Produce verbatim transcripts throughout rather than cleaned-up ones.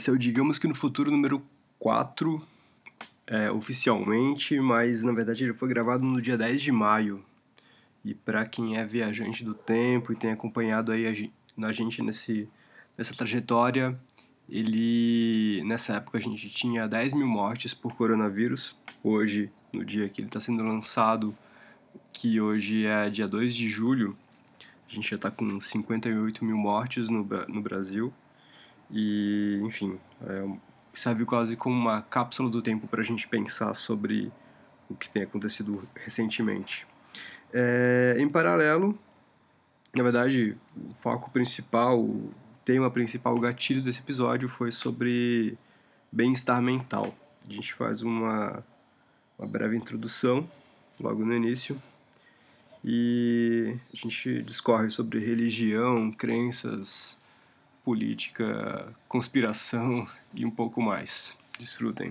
esse é o Digamos que no Futuro número quatro, é, oficialmente, mas na verdade ele foi gravado no dia dez de maio. E para quem é viajante do tempo e tem acompanhado aí a gente, a gente nesse, nessa trajetória, ele nessa época a gente tinha dez mil mortes por coronavírus. Hoje, no dia que ele está sendo lançado, que hoje é dia dois de julho, a gente já está com cinquenta e oito mil mortes no, no Brasil. E, enfim, é, serve quase como uma cápsula do tempo para a gente pensar sobre o que tem acontecido recentemente. É, em paralelo, na verdade, o foco principal, o tema principal, o gatilho desse episódio foi sobre bem-estar mental. A gente faz uma, uma breve introdução logo no início e a gente discorre sobre religião, crenças, política, conspiração e um pouco mais. Desfrutem.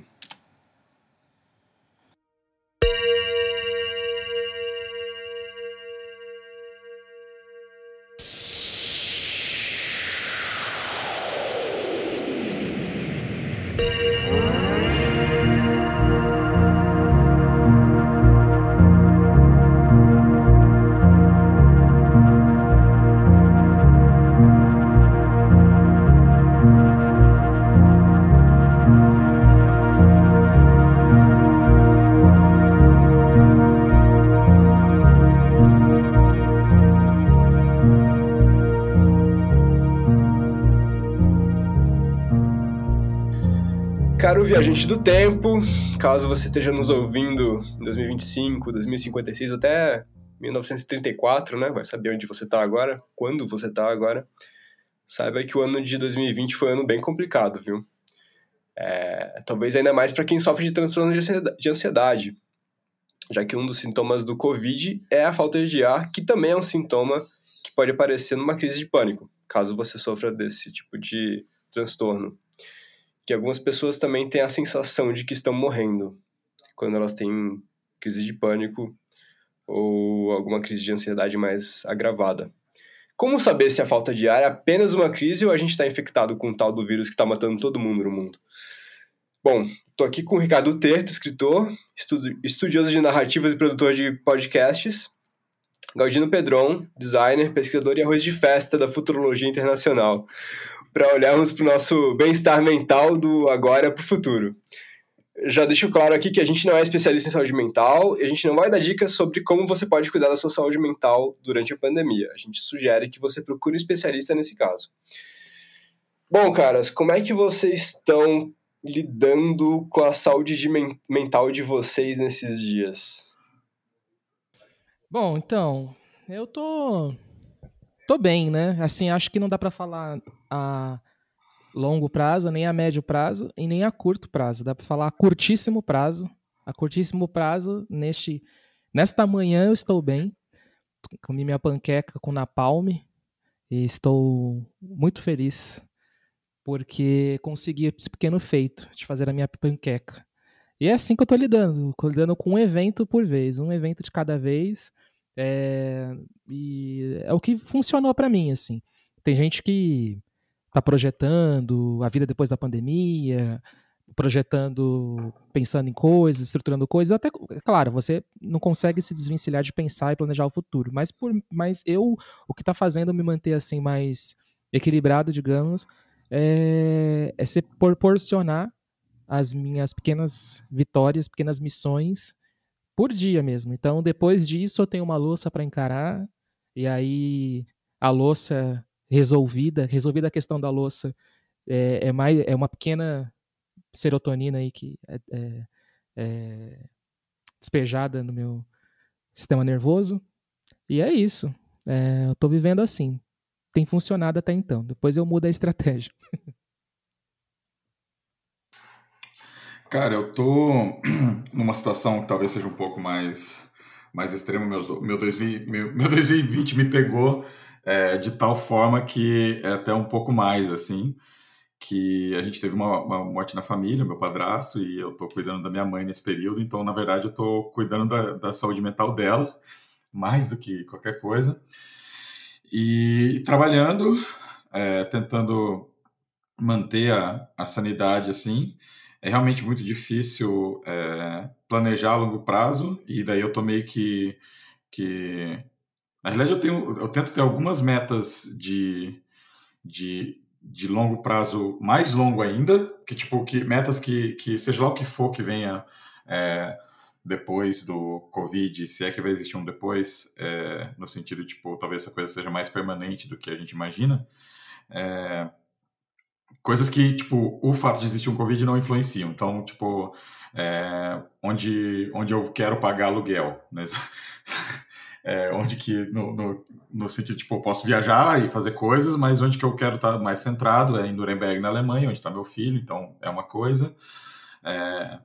Caro viajante do tempo, caso você esteja nos ouvindo em dois mil e vinte e cinco, dois mil e cinquenta e seis, até mil novecentos e trinta e quatro, né? Vai saber onde você está agora, quando você está agora. Saiba que o ano de dois mil e vinte foi um ano bem complicado, viu? É, talvez ainda mais para quem sofre de transtorno de ansiedade, já que um dos sintomas do Covid é a falta de ar, que também é um sintoma que pode aparecer numa crise de pânico, caso você sofra desse tipo de transtorno. Que algumas pessoas também têm a sensação de que estão morrendo quando elas têm crise de pânico ou alguma crise de ansiedade mais agravada. Como saber se a falta de ar é apenas uma crise ou a gente está infectado com o tal do vírus que está matando todo mundo no mundo? Bom, estou aqui com o Ricardo Terto, escritor, estu- estudioso de narrativas e produtor de podcasts, Galdino Pedron, designer, pesquisador e arroz de festa da futurologia internacional, para olharmos para o nosso bem-estar mental do agora para o futuro. Já deixo claro aqui que a gente não é especialista em saúde mental e a gente não vai dar dicas sobre como você pode cuidar da sua saúde mental durante a pandemia. A gente sugere que você procure um especialista nesse caso. Bom, caras, como é que vocês estão lidando com a saúde de men- mental de vocês nesses dias? Bom, então, eu tô, tô bem, né? Assim, acho que não dá pra falar a longo prazo, nem a médio prazo e nem a curto prazo. Dá pra falar a curtíssimo prazo. A curtíssimo prazo, neste, nesta manhã eu estou bem. Comi minha panqueca com napalm e estou muito feliz porque consegui esse pequeno feito de fazer a minha panqueca. E é assim que eu tô lidando, tô lidando com um evento por vez, um evento de cada vez. É, e é o que funcionou para mim, assim. Tem gente que tá projetando a vida depois da pandemia, projetando, pensando em coisas, estruturando coisas. Até, é claro, você não consegue se desvencilhar de pensar e planejar o futuro. Mas, por, mas eu, o que tá fazendo me manter assim mais equilibrado, digamos, é, é se proporcionar as minhas pequenas vitórias, pequenas missões por dia mesmo. Então, depois disso, eu tenho uma louça para encarar, e aí a louça resolvida, resolvida a questão da louça, é, é, mais, é uma pequena serotonina aí que é, é, é despejada no meu sistema nervoso, e é isso. É, eu estou vivendo assim. Tem funcionado até então. Depois eu mudo a estratégia. Cara, eu tô numa situação que talvez seja um pouco mais, mais extrema. Meus, do- meu, dois mil, meu, meu dois mil e vinte me pegou é, de tal forma que é até um pouco mais, assim, que a gente teve uma, uma morte na família, meu padrasto, e eu tô cuidando da minha mãe nesse período. Então, na verdade, eu tô cuidando da, da saúde mental dela, mais do que qualquer coisa. E trabalhando, é, tentando manter a, a sanidade assim. É realmente muito difícil é, planejar a longo prazo, e daí eu tô meio que... que... Na realidade, eu, tenho, eu tento ter algumas metas de, de, de longo prazo, mais longo ainda, que tipo, que, metas que, que, seja lá o que for que venha é, depois do Covid, se é que vai existir um depois, é, no sentido, tipo, talvez essa coisa seja mais permanente do que a gente imagina, é, coisas que, tipo, o fato de existir um Covid não influenciam. Então, tipo, é, onde, onde eu quero pagar aluguel, né? É, onde que, no, no, no sentido, tipo, eu posso viajar e fazer coisas, mas onde que eu quero estar mais centrado é em Nuremberg, na Alemanha, onde está meu filho, então é uma coisa. É,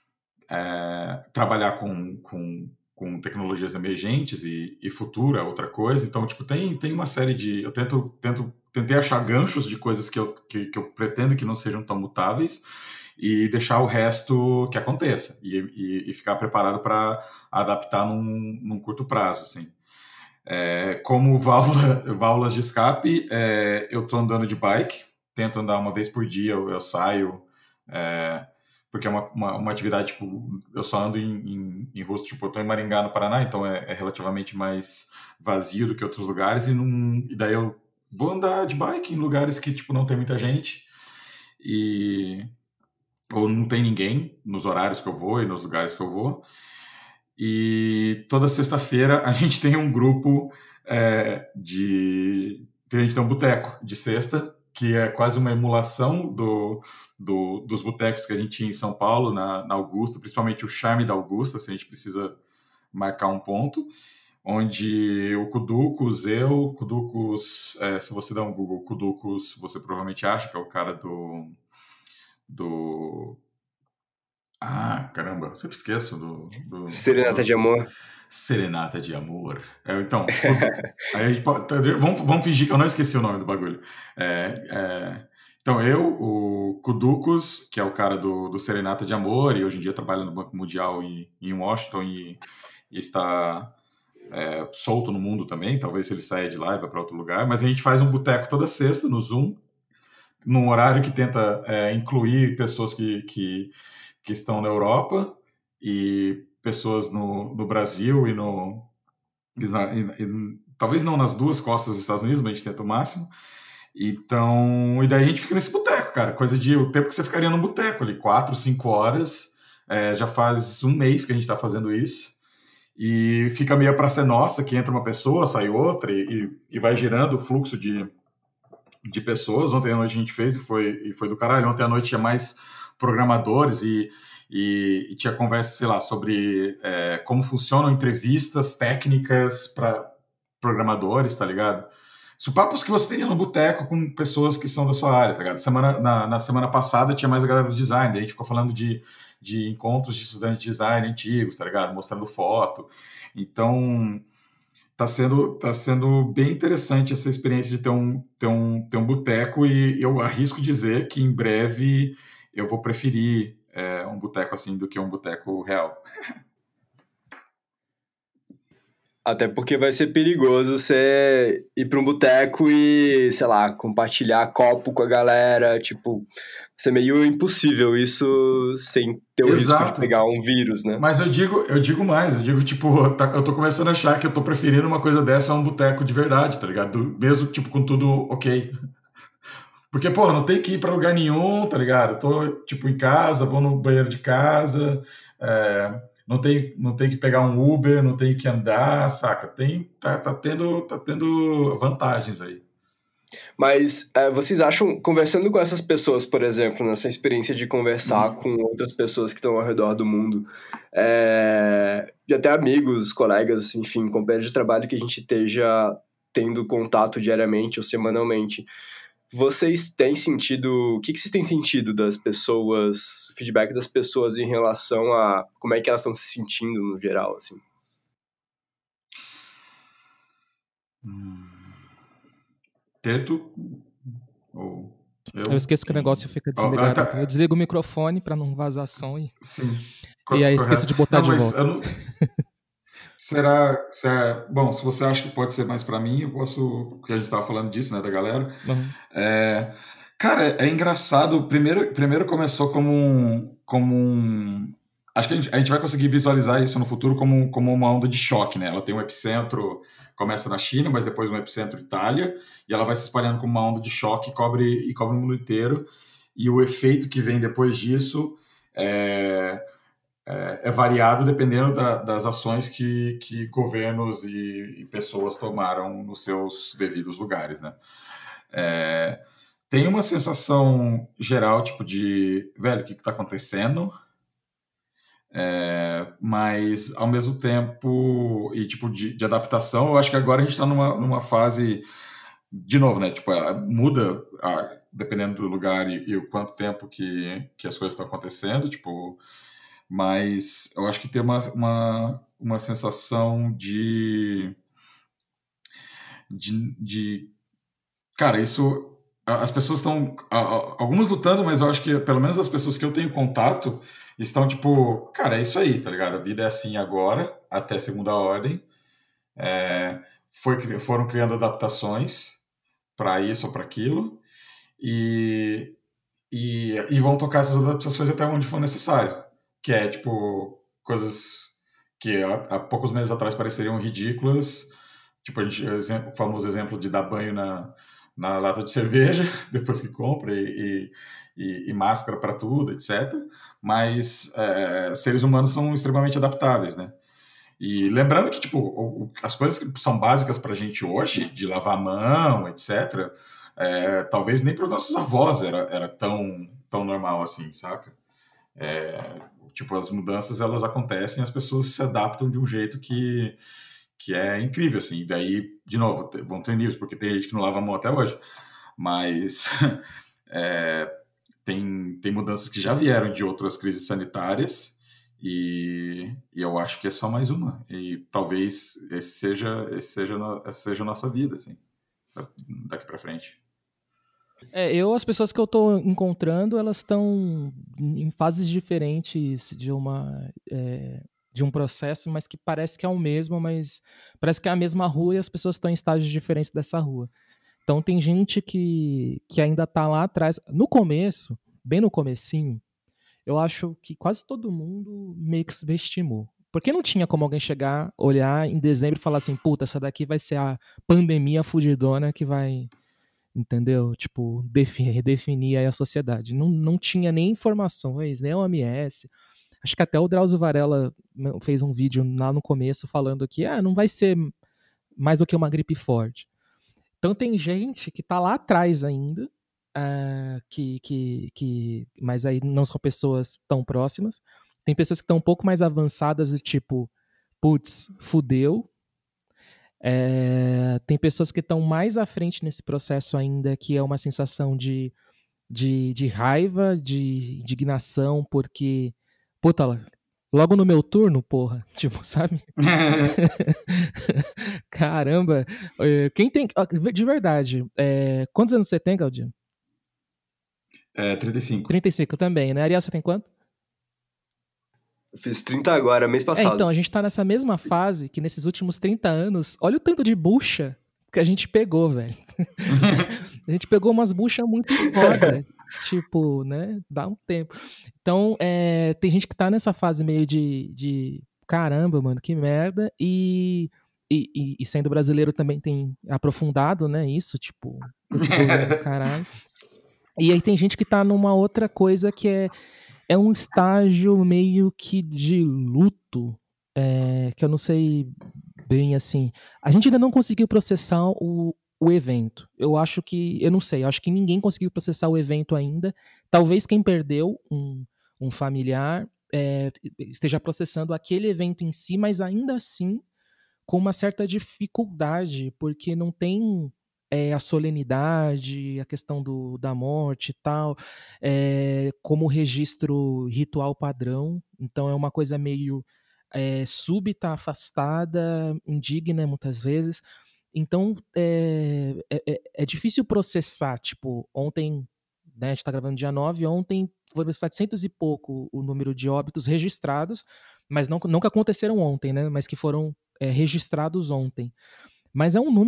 é, trabalhar com, com, com tecnologias emergentes e, e futura, outra coisa. Então, tipo, tem, tem uma série de... Eu tento, tento, tentei achar ganchos de coisas que eu, que, que eu pretendo que não sejam tão mutáveis e deixar o resto que aconteça e, e, e ficar preparado para adaptar num, num curto prazo, assim. É, como válvula, válvulas de escape, é, eu estou andando de bike, tento andar uma vez por dia, eu, eu saio, é, porque é uma, uma, uma atividade, tipo, eu só ando em, em, em rosto, tipo, eu estou em Maringá, no Paraná, então é, é relativamente mais vazio do que outros lugares, e, num, e daí eu vou andar de bike em lugares que, tipo, não tem muita gente, e ou não tem ninguém nos horários que eu vou e nos lugares que eu vou. E toda sexta-feira a gente tem um grupo é, de... A gente tem um boteco de sexta, que é quase uma emulação do, do, dos botecos que a gente tinha em São Paulo, na, na Augusta, principalmente o Charme da Augusta, se a gente precisa marcar um ponto, onde o Kuducos, eu, Kuducos, é, se você der um Google Kuducos, você provavelmente acha que é o cara do... do Ah, caramba, eu sempre esqueço do... do, Serenata do... de Amor. Serenata de Amor. É, então, aí a gente pode, vamos, vamos fingir que eu não esqueci o nome do bagulho. É, é, então, eu, o Kuducos, que é o cara do, do Serenata de Amor, e hoje em dia trabalha no Banco Mundial em, em Washington e, e está é, solto no mundo também, talvez se ele saia de lá e vá para outro lugar, mas a gente faz um boteco toda sexta no Zoom, num horário que tenta é, incluir pessoas que, que, que estão na Europa e pessoas no, no Brasil e no... E, e, e, talvez não nas duas costas dos Estados Unidos, mas a gente tenta o máximo. Então, e daí a gente fica nesse boteco, cara. Coisa de o tempo que você ficaria no boteco ali, quatro, cinco horas. É, já faz um mês que a gente está fazendo isso. E fica meio pra ser nossa, que entra uma pessoa, sai outra, e, e vai girando o fluxo de, de pessoas. Ontem à noite a gente fez e foi, e foi do caralho. Ontem à noite tinha mais programadores e, e, e tinha conversa, sei lá, sobre é, como funcionam entrevistas técnicas para programadores, tá ligado? Isso papos que você teria no boteco com pessoas que são da sua área, tá ligado? Semana, na, na semana passada tinha mais a galera do design, daí a gente ficou falando de, de encontros de estudantes de design antigos, tá ligado? Mostrando foto. Então, tá sendo, tá sendo bem interessante essa experiência de ter um, ter um, ter um boteco, e eu arrisco dizer que em breve eu vou preferir é, um boteco assim do que um boteco real. Até porque vai ser perigoso você ir pra um boteco e, sei lá, compartilhar copo com a galera, tipo, ser meio impossível isso sem ter o Exato. risco de pegar um vírus, né? Mas eu digo, eu digo mais, eu digo, tipo, eu tô começando a achar que eu tô preferindo uma coisa dessa a um boteco de verdade, tá ligado? Mesmo, tipo, com tudo ok. Porque, porra, não tem que ir pra lugar nenhum, tá ligado? Eu tô, tipo, em casa, vou no banheiro de casa, é, não, tem, não tem que pegar um Uber, não tem que andar, saca? Tem, tá, tá, tendo, tá tendo vantagens aí. Mas é, vocês acham, conversando com essas pessoas, por exemplo, nessa experiência de conversar uhum. com outras pessoas que estão ao redor do mundo, é, e até amigos, colegas, enfim, companheiros de trabalho que a gente esteja tendo contato diariamente ou semanalmente, vocês têm sentido... O que, que vocês têm sentido das pessoas, feedback das pessoas em relação a como é que elas estão se sentindo no geral, assim? Hum. Teto ou eu? Eu esqueço que o negócio fica desligado. Oh, tá. Então eu desligo o microfone para não vazar som e, Sim, e aí esqueço de botar não, de volta. Não... Será, será... Bom, se você acha que pode ser mais para mim, eu posso... Porque a gente estava falando disso, né, da galera. Uhum. É... Cara, é engraçado. Primeiro, primeiro começou como um, como um. Acho que a gente, a gente vai conseguir visualizar isso no futuro como, como uma onda de choque, né? Ela tem um epicentro, começa na China, mas depois um epicentro Itália, e ela vai se espalhando como uma onda de choque e cobre, e cobre o mundo inteiro. E o efeito que vem depois disso é, é, é variado dependendo da, das ações que, que governos e, e pessoas tomaram nos seus devidos lugares, né? É, tem uma sensação geral, tipo, de, velho, o que está acontecendo? É, mas, ao mesmo tempo, e tipo, de, de adaptação, eu acho que agora a gente está numa, numa fase, de novo, né? Tipo, ela muda a- dependendo do lugar e, e o quanto tempo que, que as coisas estão acontecendo, tipo, mas eu acho que tem uma, uma, uma sensação de, de, de cara, isso. a- As pessoas estão. a- a- Algumas lutando, mas eu acho que, pelo menos as pessoas que eu tenho contato, estão tipo. Cara, é isso aí, tá ligado? A vida é assim agora, até segunda ordem. É, foi, cri- foram criando adaptações para isso ou para aquilo. E, e, e vão tocar essas adaptações até onde for necessário. Que é, tipo, coisas que há, há poucos meses atrás pareceriam ridículas. Tipo, a gente, exemplo, o famoso exemplo de dar banho na, na lata de cerveja, depois que compra, e, e, e máscara para tudo, etcétera. Mas é, seres humanos são extremamente adaptáveis, né? E lembrando que, tipo, o- o- as coisas que são básicas para a gente hoje, de lavar a mão, etcétera, é, talvez nem para os nossos avós era, era tão, tão normal assim, saca? É, tipo, as mudanças, elas acontecem e as pessoas se adaptam de um jeito que, que é incrível, assim. E daí, de novo, te- vão ter níveis, porque tem gente que não lava a mão até hoje. Mas é, tem, tem mudanças que já vieram de outras crises sanitárias e, e eu acho que é só mais uma. E talvez esse seja, esse seja, no- essa seja a nossa vida, assim, da- daqui para frente. É, eu, as pessoas que eu tô encontrando, elas estão em fases diferentes de uma. é, de um processo, mas que parece que é o mesmo, mas parece que é a mesma rua e as pessoas estão em estágios diferentes dessa rua. Então tem gente que, que ainda tá lá atrás. No começo, bem no comecinho, eu acho que quase todo mundo meio que subestimou. Porque não tinha como alguém chegar, olhar em dezembro e falar assim, puta, essa daqui vai ser a pandemia fudidona que vai, entendeu? Tipo, defi- redefinir aí a sociedade. Não, não tinha nem informações, nem o O M S. Acho que até o Drauzio Varela fez um vídeo lá no começo falando que ah, não vai ser mais do que uma gripe forte. Então tem gente que tá lá atrás ainda, ah, que, que, que, mas aí não são pessoas tão próximas. Tem pessoas que estão um pouco mais avançadas, do tipo, putz, fudeu. É, tem pessoas que estão mais à frente nesse processo ainda, que é uma sensação de, de, de raiva, de indignação, porque, puta, logo no meu turno, porra, tipo, sabe? Caramba, eh, quem tem. ah, De verdade, eh, quantos anos você tem, Galdinho? É, trinta e cinco. trinta e cinco também, né? Ariel, você tem quanto? Eu fiz trinta agora, mês É, então, passado. a gente tá nessa mesma fase que nesses últimos trinta anos, olha o tanto de bucha que a gente pegou, velho. A gente pegou umas buchas muito foda, tipo, né? Dá um tempo. Então, é, tem gente que tá nessa fase meio de, de caramba, mano, que merda. E, e, e- e sendo brasileiro também tem aprofundado, né? Isso, tipo, puto governo do caralho. E aí tem gente que tá numa outra coisa que é, é um estágio meio que de luto, é, que eu não sei bem assim. A gente ainda não conseguiu processar o, o evento. Eu acho que, eu não sei, eu acho que ninguém conseguiu processar o evento ainda. Talvez quem perdeu um, um familiar é, esteja processando aquele evento em si, mas ainda assim com uma certa dificuldade, porque não tem é, a solenidade, a questão do, da morte e tal, é, como registro ritual padrão. Então é uma coisa meio é, súbita, afastada, indigna muitas vezes. Então é, é, é difícil processar. Tipo, ontem, né, a gente está gravando dia nove, ontem foram setecentos e pouco o número de óbitos registrados, mas não, não que aconteceram ontem, né, mas que foram é, registrados ontem. Mas é um número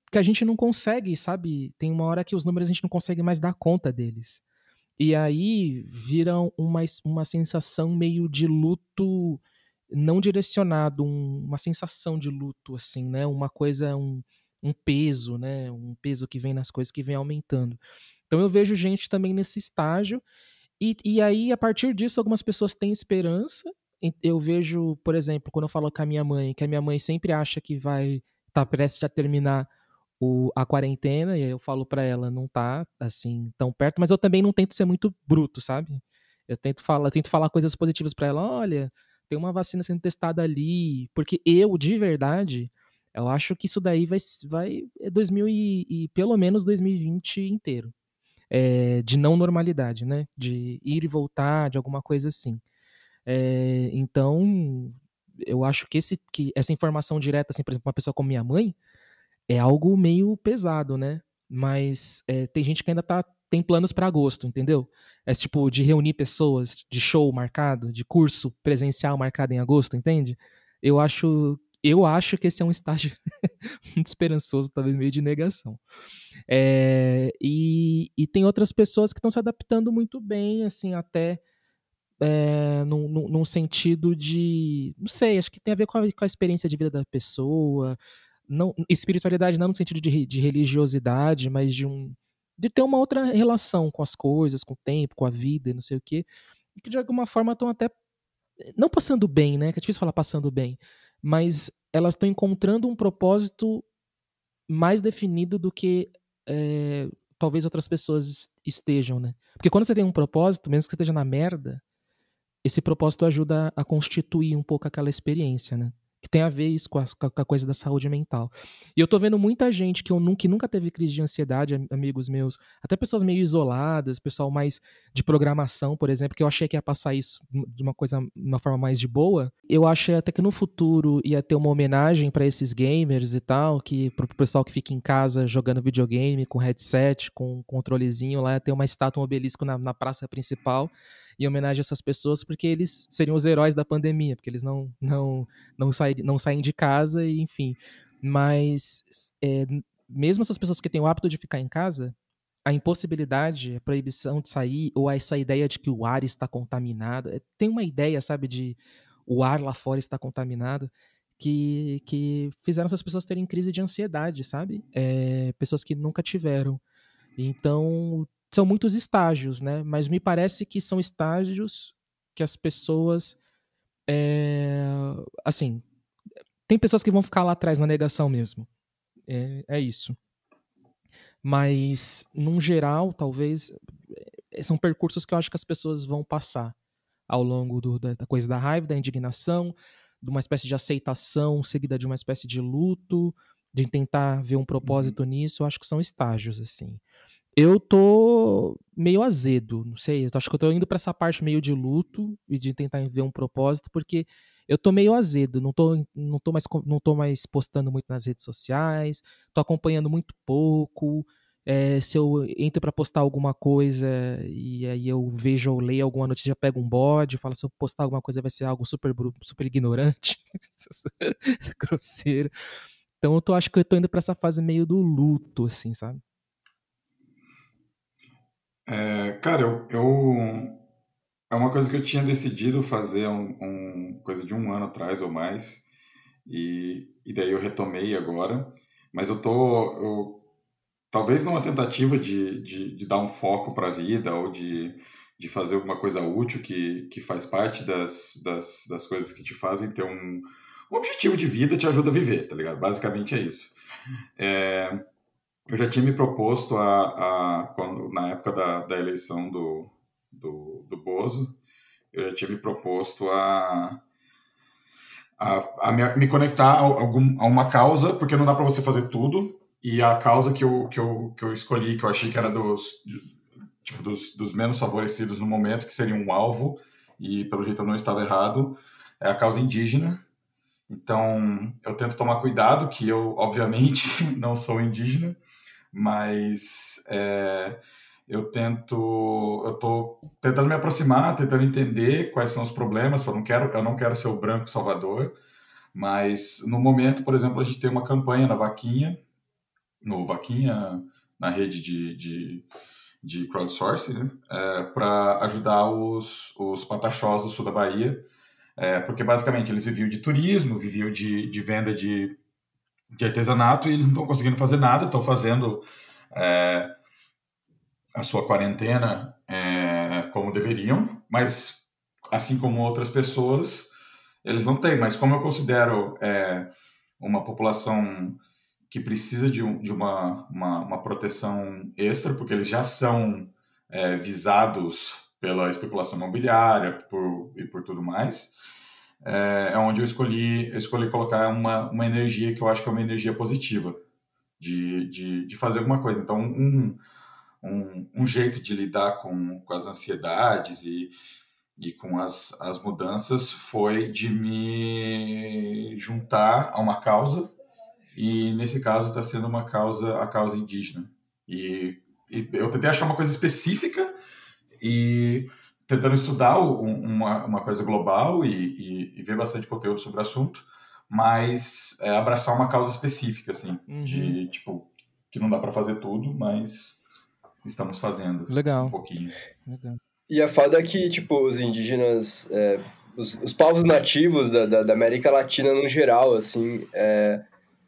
que a gente não consegue, sabe? Tem uma hora que os números a gente não consegue mais dar conta deles. E aí viram uma, uma sensação meio de luto não direcionado, um, uma sensação de luto, assim, né? Uma coisa, um, um peso, né? Um peso que vem nas coisas, que vem aumentando. Então eu vejo gente também nesse estágio, e, e aí, a partir disso, algumas pessoas têm esperança. Eu vejo, por exemplo, quando eu falo com a minha mãe, que a minha mãe sempre acha que vai estar tá prestes a terminar o, a quarentena, e aí eu falo pra ela, não tá assim tão perto, mas eu também não tento ser muito bruto, sabe? Eu tento falar, tento falar coisas positivas pra ela, olha, tem uma vacina sendo testada ali, porque eu, de verdade, eu acho que isso daí vai, vai é dois mil e, e pelo menos dois mil e vinte inteiro. É, de não normalidade, né? De ir e voltar, de alguma coisa assim. É, então, eu acho que, esse, que essa informação direta, assim, por exemplo, uma pessoa como minha mãe, é algo meio pesado, né? Mas é, tem gente que ainda tá, tem planos para agosto, entendeu? É tipo de reunir pessoas, de show marcado, de curso presencial marcado em agosto, entende? Eu acho, eu acho que esse é um estágio muito esperançoso, talvez meio de negação. É, e, e tem outras pessoas que estão se adaptando muito bem, assim, até é, num, num, num sentido de, não sei, acho que tem a ver com a, com a experiência de vida da pessoa, não, espiritualidade não no sentido de, de religiosidade, mas de um de ter uma outra relação com as coisas, com o tempo, com a vida, e não sei o quê, e que de alguma forma estão até não passando bem, né? Que é difícil falar passando bem, mas elas estão encontrando um propósito mais definido do que é, talvez outras pessoas estejam, né? Porque quando você tem um propósito, mesmo que você esteja na merda, esse propósito ajuda a constituir um pouco aquela experiência, né? Que tem a ver isso com a, com a coisa da saúde mental. E eu tô vendo muita gente que, eu nunca, que nunca teve crise de ansiedade, amigos meus, até pessoas meio isoladas, pessoal mais de programação, por exemplo, que eu achei que ia passar isso de uma coisa, de uma forma mais de boa. Eu achei até que no futuro ia ter uma homenagem para esses gamers e tal, que pro pessoal que fica em casa jogando videogame, com headset, com controlezinho lá, ia ter uma estátua, um obelisco na, na praça principal, em homenagem a essas pessoas, porque eles seriam os heróis da pandemia, porque eles não, não, não, saem, não saem de casa, e enfim. Mas é, mesmo essas pessoas que têm o hábito de ficar em casa, a impossibilidade, a proibição de sair, ou essa ideia de que o ar está contaminado, tem uma ideia, sabe, de o ar lá fora está contaminado, que, que fizeram essas pessoas terem crise de ansiedade, sabe? É, pessoas que nunca tiveram. Então, são muitos estágios, né? Mas me parece que são estágios que as pessoas. É, assim, tem pessoas que vão ficar lá atrás na negação mesmo. É, é isso. Mas, num geral, talvez, são percursos que eu acho que as pessoas vão passar ao longo do, da, da coisa da raiva, da indignação, de uma espécie de aceitação seguida de uma espécie de luto, de tentar ver um propósito uhum. nisso. Eu acho que são estágios, assim. Eu tô meio azedo, não sei, eu acho que eu tô indo pra essa parte meio de luto e de tentar ver um propósito, porque eu tô meio azedo, não tô, não tô, mais, não tô mais postando muito nas redes sociais, tô acompanhando muito pouco, é, se eu entro pra postar alguma coisa e aí eu vejo ou leio alguma notícia, já pego um bode, falo, se eu postar alguma coisa vai ser algo super, super ignorante, grosseiro. Então eu tô, acho que eu tô indo pra essa fase meio do luto, assim, sabe? É, cara, eu, eu é uma coisa que eu tinha decidido fazer um, um coisa de um ano atrás ou mais, e, e daí eu retomei agora, mas eu tô eu, talvez numa tentativa de, de, de dar um foco para a vida ou de, de fazer alguma coisa útil que, que faz parte das, das, das coisas que te fazem ter um, um objetivo de vida, te ajuda a viver, tá ligado? Basicamente é isso. É, eu já tinha me proposto a, a quando, na época da, da eleição do, do, do Bozo, eu já tinha me proposto a, a, a me, me conectar a, algum, a uma causa, porque não dá para você fazer tudo, e a causa que eu, que, eu, que eu escolhi, que eu achei que era dos, tipo, dos, dos menos favorecidos no momento, que seria um alvo, e pelo jeito eu não estava errado, é a causa indígena. Então, eu tento tomar cuidado, que eu, obviamente, não sou indígena, mas é, eu tento, eu tô tentando me aproximar, tentando entender quais são os problemas, eu não quero, eu não quero ser o branco salvador, mas no momento, por exemplo, a gente tem uma campanha na Vaquinha, no Vaquinha, na rede de, de, de crowdsourcing, né? É, para ajudar os, os pataxós do sul da Bahia, é, porque basicamente eles viviam de turismo, viviam de, de venda de, de artesanato e eles não estão conseguindo fazer nada, estão fazendo é, a sua quarentena é, como deveriam, mas assim como outras pessoas, eles não têm. Mas como eu considero é, uma população que precisa de, um, de uma, uma, uma proteção extra, porque eles já são é, visados pela especulação imobiliária por, e por tudo mais, é, é onde eu escolhi, eu escolhi colocar uma, uma energia que eu acho que é uma energia positiva de, de, de fazer alguma coisa. Então, um, um, um jeito de lidar com, com as ansiedades e, e com as, as mudanças foi de me juntar a uma causa, e nesse caso está sendo uma causa, a causa indígena. E, e eu tentei achar uma coisa específica e tentando estudar o, uma, uma coisa global e, e, e ver bastante conteúdo sobre o assunto, mas é, abraçar uma causa específica, assim, Uhum. de, tipo, que não dá para fazer tudo, mas estamos fazendo Legal. um pouquinho. Legal. E a foda é que, tipo, os indígenas, é, os, os povos nativos da, da, da América Latina no geral, assim, é,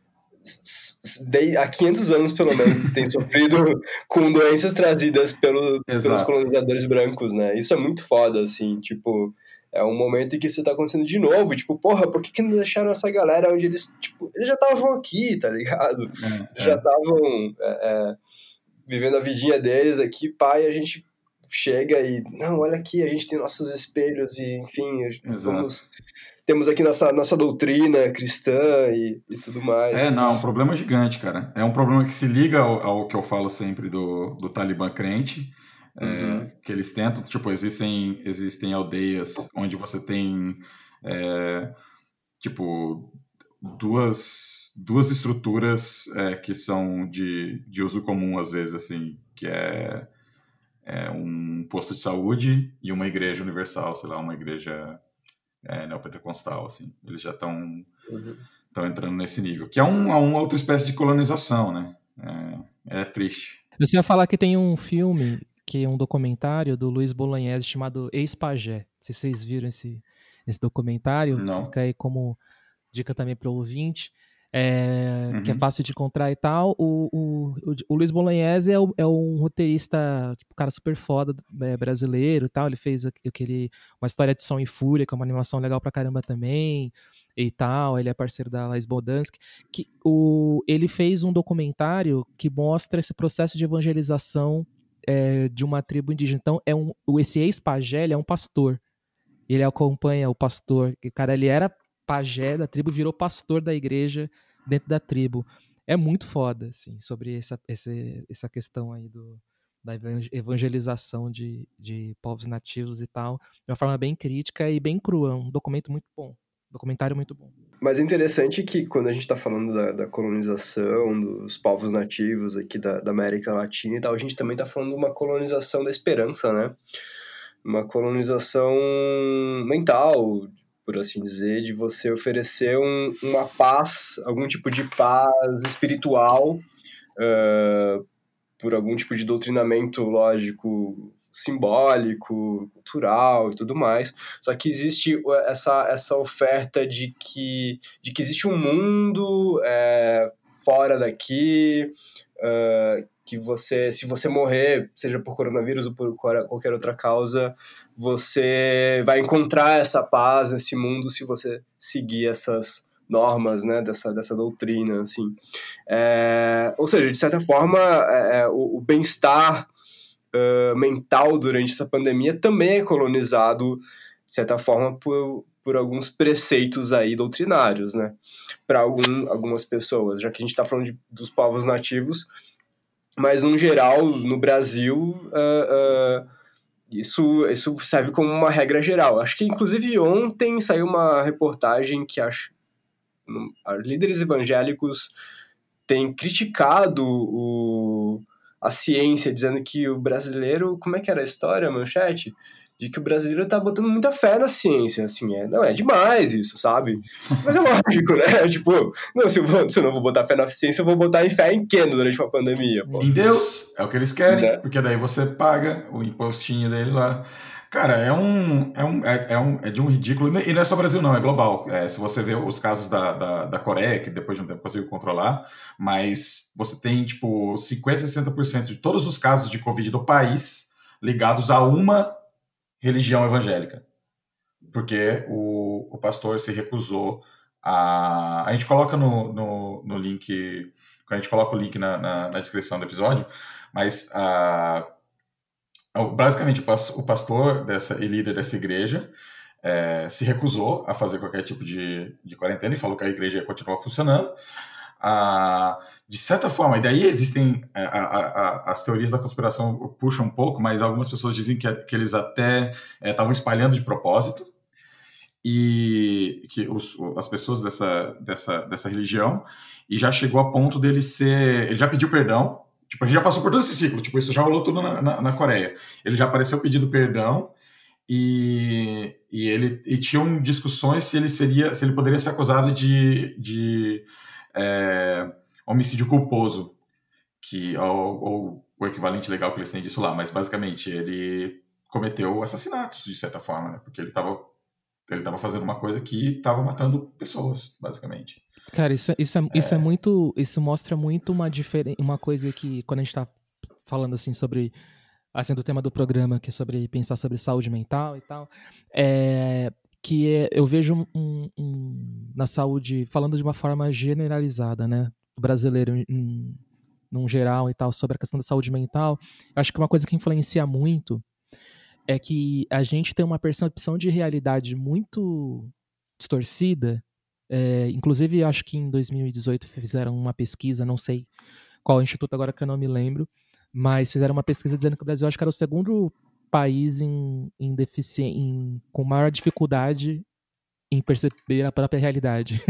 de, há quinhentos anos, pelo menos, têm sofrido com doenças trazidas pelo, pelos colonizadores brancos, né? Isso é muito foda, assim, tipo, é um momento em que isso tá acontecendo de novo, tipo, porra, por que que não deixaram essa galera onde eles, tipo, eles já estavam aqui, tá ligado? É, Eles já é. estavam é, é, vivendo a vidinha deles aqui, pá, e a gente chega e, não, olha aqui, a gente tem nossos espelhos e, enfim, vamos, temos aqui nossa, nossa doutrina cristã e, e tudo mais. É, não, é um problema gigante, cara. É um problema que se liga ao, ao que eu falo sempre do, do Talibã crente, é, Uhum. que eles tentam, tipo, existem, existem aldeias onde você tem, é, tipo, duas, duas estruturas é, que são de, de uso comum, às vezes, assim, que é É um posto de saúde e uma igreja universal, sei lá, uma igreja é, neopentecostal, assim. Eles já estão estão Uhum. entrando nesse nível, que é um, uma outra espécie de colonização, né? É, é triste. Você ia falar que tem um filme, que é um documentário do Luiz Bolognese chamado Ex-Pajé. Se vocês viram esse, esse documentário, Não. fica aí como dica também para o ouvinte. É, Uhum. que é fácil de encontrar e tal. O, o, o, o Luiz Bolognese é, o, é um roteirista, tipo, cara super foda, é, brasileiro e tal. Ele fez aquele, uma história de Som e Fúria, que é uma animação legal pra caramba também e tal. Ele é parceiro da Laís Boldansky. Que, o, ele fez um documentário que mostra esse processo de evangelização é, de uma tribo indígena. Então, é um, esse ex-pajé, ele é um pastor. Ele acompanha o pastor. Que, cara, ele era pajé da tribo, virou pastor da igreja dentro da tribo. É muito foda, assim, sobre essa, essa, essa questão aí do, da evangelização de, de povos nativos e tal, de uma forma bem crítica e bem crua. Um documento muito bom. Documentário muito bom. Mas é interessante que quando a gente está falando da, da colonização, dos povos nativos aqui da, da América Latina e tal, a gente também está falando de uma colonização da esperança, né? Uma colonização mental, por assim dizer, de você oferecer um, uma paz, algum tipo de paz espiritual, uh, por algum tipo de doutrinamento lógico, simbólico, cultural e tudo mais. Só que existe essa, essa oferta de que, de que existe um mundo é, fora daqui, uh, que você, se você morrer, seja por coronavírus ou por qualquer outra causa, você vai encontrar essa paz nesse mundo se você seguir essas normas, né, dessa, dessa doutrina, assim. É, ou seja, de certa forma, é, o, o bem-estar uh, mental durante essa pandemia também é colonizado, de certa forma, por, por alguns preceitos aí doutrinários, né, para algum, algumas pessoas, já que a gente está falando de, dos povos nativos, mas, no geral, no Brasil, uh, uh, isso, isso serve como uma regra geral. Acho que, inclusive, ontem saiu uma reportagem que acho líderes evangélicos têm criticado o, a ciência, dizendo que o brasileiro... Como é que era a história, Manchete? de que o brasileiro tá botando muita fé na ciência, assim, é, não, é demais isso, sabe? Mas é lógico, né? Tipo, não, se eu, vou, se eu não vou botar fé na ciência, eu vou botar em fé em quê durante uma pandemia, pô? Em Deus, é o que eles querem, Né? porque daí você paga o impostinho dele lá. Cara, é um, é um, é, é um, é de um ridículo, e não é só Brasil não, é global. É, se você vê os casos da, da, da Coreia, que depois de um tempo conseguiu controlar, mas você tem, tipo, cinquenta, sessenta por cento de todos os casos de Covid do país ligados a uma religião evangélica. Porque o, o pastor se recusou a... A gente coloca no, no, no link... A gente coloca o link na, na, na descrição do episódio, mas a... basicamente o pastor dessa, e líder dessa igreja é, se recusou a fazer qualquer tipo de, de quarentena e falou que a igreja ia continuar funcionando. Ah, de certa forma, e daí existem a, a, a, as teorias da conspiração puxam um pouco, mas algumas pessoas dizem que, que eles até estavam é, espalhando de propósito e que os, as pessoas dessa, dessa, dessa religião, e já chegou a ponto dele ser, ele já pediu perdão. Tipo, a gente já passou por todo esse ciclo, tipo, isso já rolou tudo na, na, na Coreia. Ele já apareceu pedindo perdão e, e ele e tinham discussões se ele seria, se ele poderia ser acusado de, de é, homicídio culposo, que ou, ou o equivalente legal que eles têm disso lá, mas basicamente ele cometeu assassinatos de certa forma, né? Porque ele estava ele estava fazendo uma coisa que estava matando pessoas, basicamente. Cara, isso, isso, é, isso é. é muito. Isso mostra muito uma diferença. Uma coisa que, quando a gente tá falando assim sobre. Assim, do tema do programa, que é sobre pensar sobre saúde mental e tal. É, que é, eu vejo um, um, na saúde, falando de uma forma generalizada, né? O brasileiro, em, num geral e tal, sobre a questão da saúde mental. Eu acho que uma coisa que influencia muito é que a gente tem uma percepção de realidade muito distorcida. É, inclusive, acho que em dois mil e dezoito fizeram uma pesquisa, não sei qual instituto agora que eu não me lembro, mas fizeram uma pesquisa dizendo que o Brasil acho que era o segundo país em, em defici- em, com maior dificuldade em perceber a própria realidade.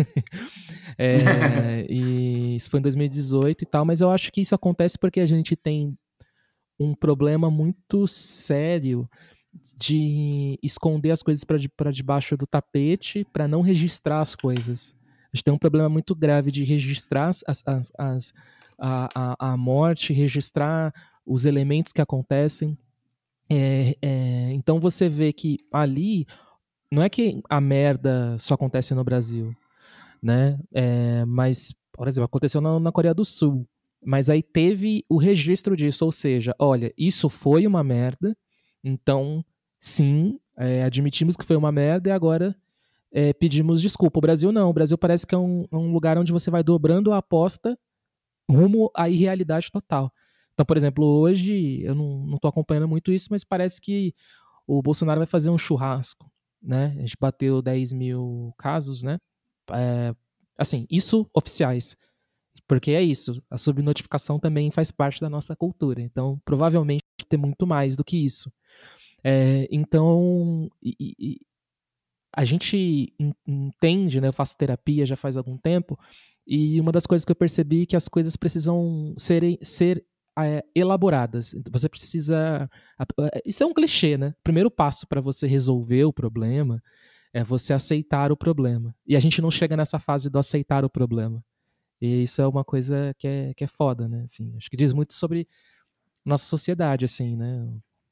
é, e isso foi em dois mil e dezoito e tal, mas eu acho que isso acontece porque a gente tem um problema muito sério de esconder as coisas para debaixo do tapete, para não registrar as coisas. A gente tem um problema muito grave de registrar as, as, as, a, a, a morte, registrar os elementos que acontecem. É, é, então você vê que ali não é que a merda só acontece no Brasil, né? É, mas, por exemplo, aconteceu na, na Coreia do Sul. Mas aí teve o registro disso, ou seja, olha, isso foi uma merda, então, sim, é, admitimos que foi uma merda e agora é, pedimos desculpa. O Brasil não, o Brasil parece que é um, um lugar onde você vai dobrando a aposta rumo à irrealidade total. Então, por exemplo, hoje, eu não estou acompanhando muito isso, mas parece que o Bolsonaro vai fazer um churrasco, né? A gente bateu dez mil casos, né? É, assim, isso oficiais. Porque é isso, a subnotificação também faz parte da nossa cultura. Então, provavelmente tem muito mais do que isso. É, então, e, e, a gente entende, né? Eu faço terapia já faz algum tempo, e uma das coisas que eu percebi é que as coisas precisam serem, ser é, elaboradas. Você precisa... Isso é um clichê, né? O primeiro passo para você resolver o problema é você aceitar o problema. E a gente não chega nessa fase do aceitar o problema. E isso é uma coisa que é, que é foda, né? Assim, acho que diz muito sobre nossa sociedade, assim, né?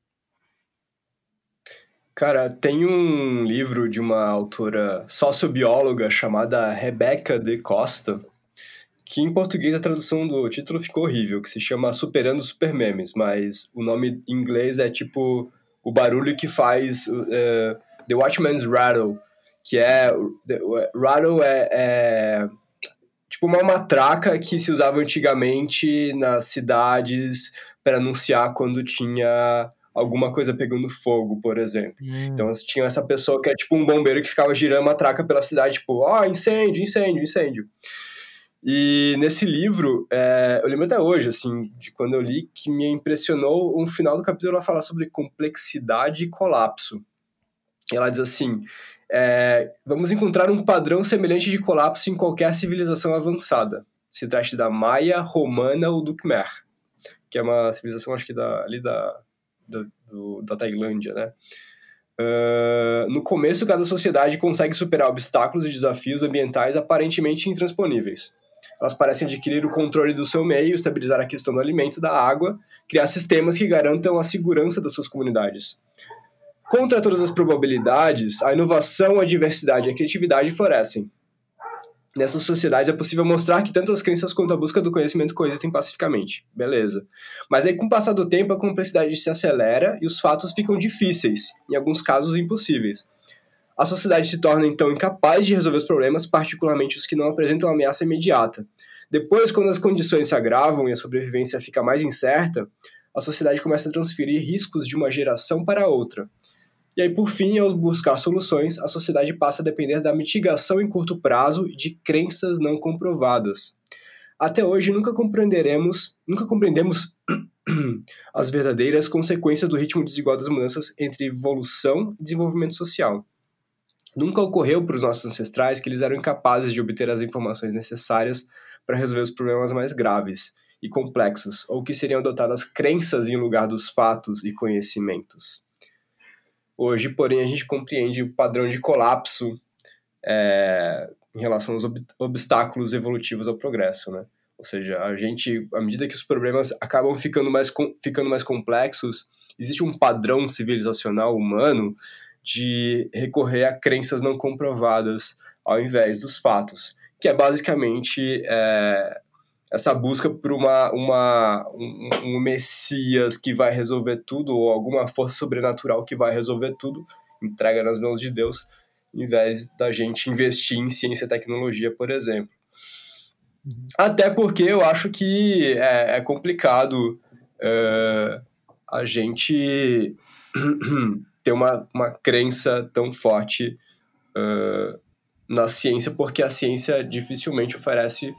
Cara, tem um livro de uma autora sociobióloga chamada Rebecca de Costa, que em português a tradução do título ficou horrível, que se chama Superando Supermemes, mas o nome em inglês é tipo o barulho que faz uh, The Watchman's Rattle, que é... The, rattle é, é tipo uma matraca que se usava antigamente nas cidades para anunciar quando tinha alguma coisa pegando fogo, por exemplo. Hum. Então tinha essa pessoa que é tipo um bombeiro que ficava girando uma matraca pela cidade, tipo, ó, oh, incêndio, incêndio, incêndio. E nesse livro, é, eu lembro até hoje, assim, de quando eu li, que me impressionou um final do capítulo, ela fala sobre complexidade e colapso. E ela diz assim, é, vamos encontrar um padrão semelhante de colapso em qualquer civilização avançada. Se trate da Maia, Romana ou do Khmer, que é uma civilização, acho que da, ali da, do, do, da Tailândia, né? Uh, no começo, cada sociedade consegue superar obstáculos e desafios ambientais aparentemente intransponíveis. Elas parecem adquirir o controle do seu meio, estabilizar a questão do alimento, da água, criar sistemas que garantam a segurança das suas comunidades. Contra todas as probabilidades, a inovação, a diversidade e a criatividade florescem. Nessas sociedades é possível mostrar que tanto as crenças quanto a busca do conhecimento coexistem pacificamente. Beleza. Mas aí, com o passar do tempo, a complexidade se acelera e os fatos ficam difíceis, em alguns casos impossíveis. A sociedade se torna, então, incapaz de resolver os problemas, particularmente os que não apresentam ameaça imediata. Depois, quando as condições se agravam e a sobrevivência fica mais incerta, a sociedade começa a transferir riscos de uma geração para outra. E aí, por fim, ao buscar soluções, a sociedade passa a depender da mitigação em curto prazo de crenças não comprovadas. Até hoje, nunca compreenderemos, nunca compreendemos as verdadeiras consequências do ritmo desigual das mudanças entre evolução e desenvolvimento social. Nunca ocorreu para os nossos ancestrais que eles eram incapazes de obter as informações necessárias para resolver os problemas mais graves e complexos, ou que seriam adotadas crenças em lugar dos fatos e conhecimentos. Hoje, porém, a gente compreende o padrão de colapso é, em relação aos ob- obstáculos evolutivos ao progresso, né? Ou seja, a gente, à medida que os problemas acabam ficando mais, com, ficando mais complexos, existe um padrão civilizacional humano de recorrer a crenças não comprovadas ao invés dos fatos, que é basicamente é, essa busca por uma, uma, um, um messias que vai resolver tudo, ou alguma força sobrenatural que vai resolver tudo, entrega nas mãos de Deus, em vez da gente investir em ciência e tecnologia, por exemplo. Uhum. Até porque eu acho que é, é complicado é, a gente ter uma, uma crença tão forte uh, na ciência, porque a ciência dificilmente oferece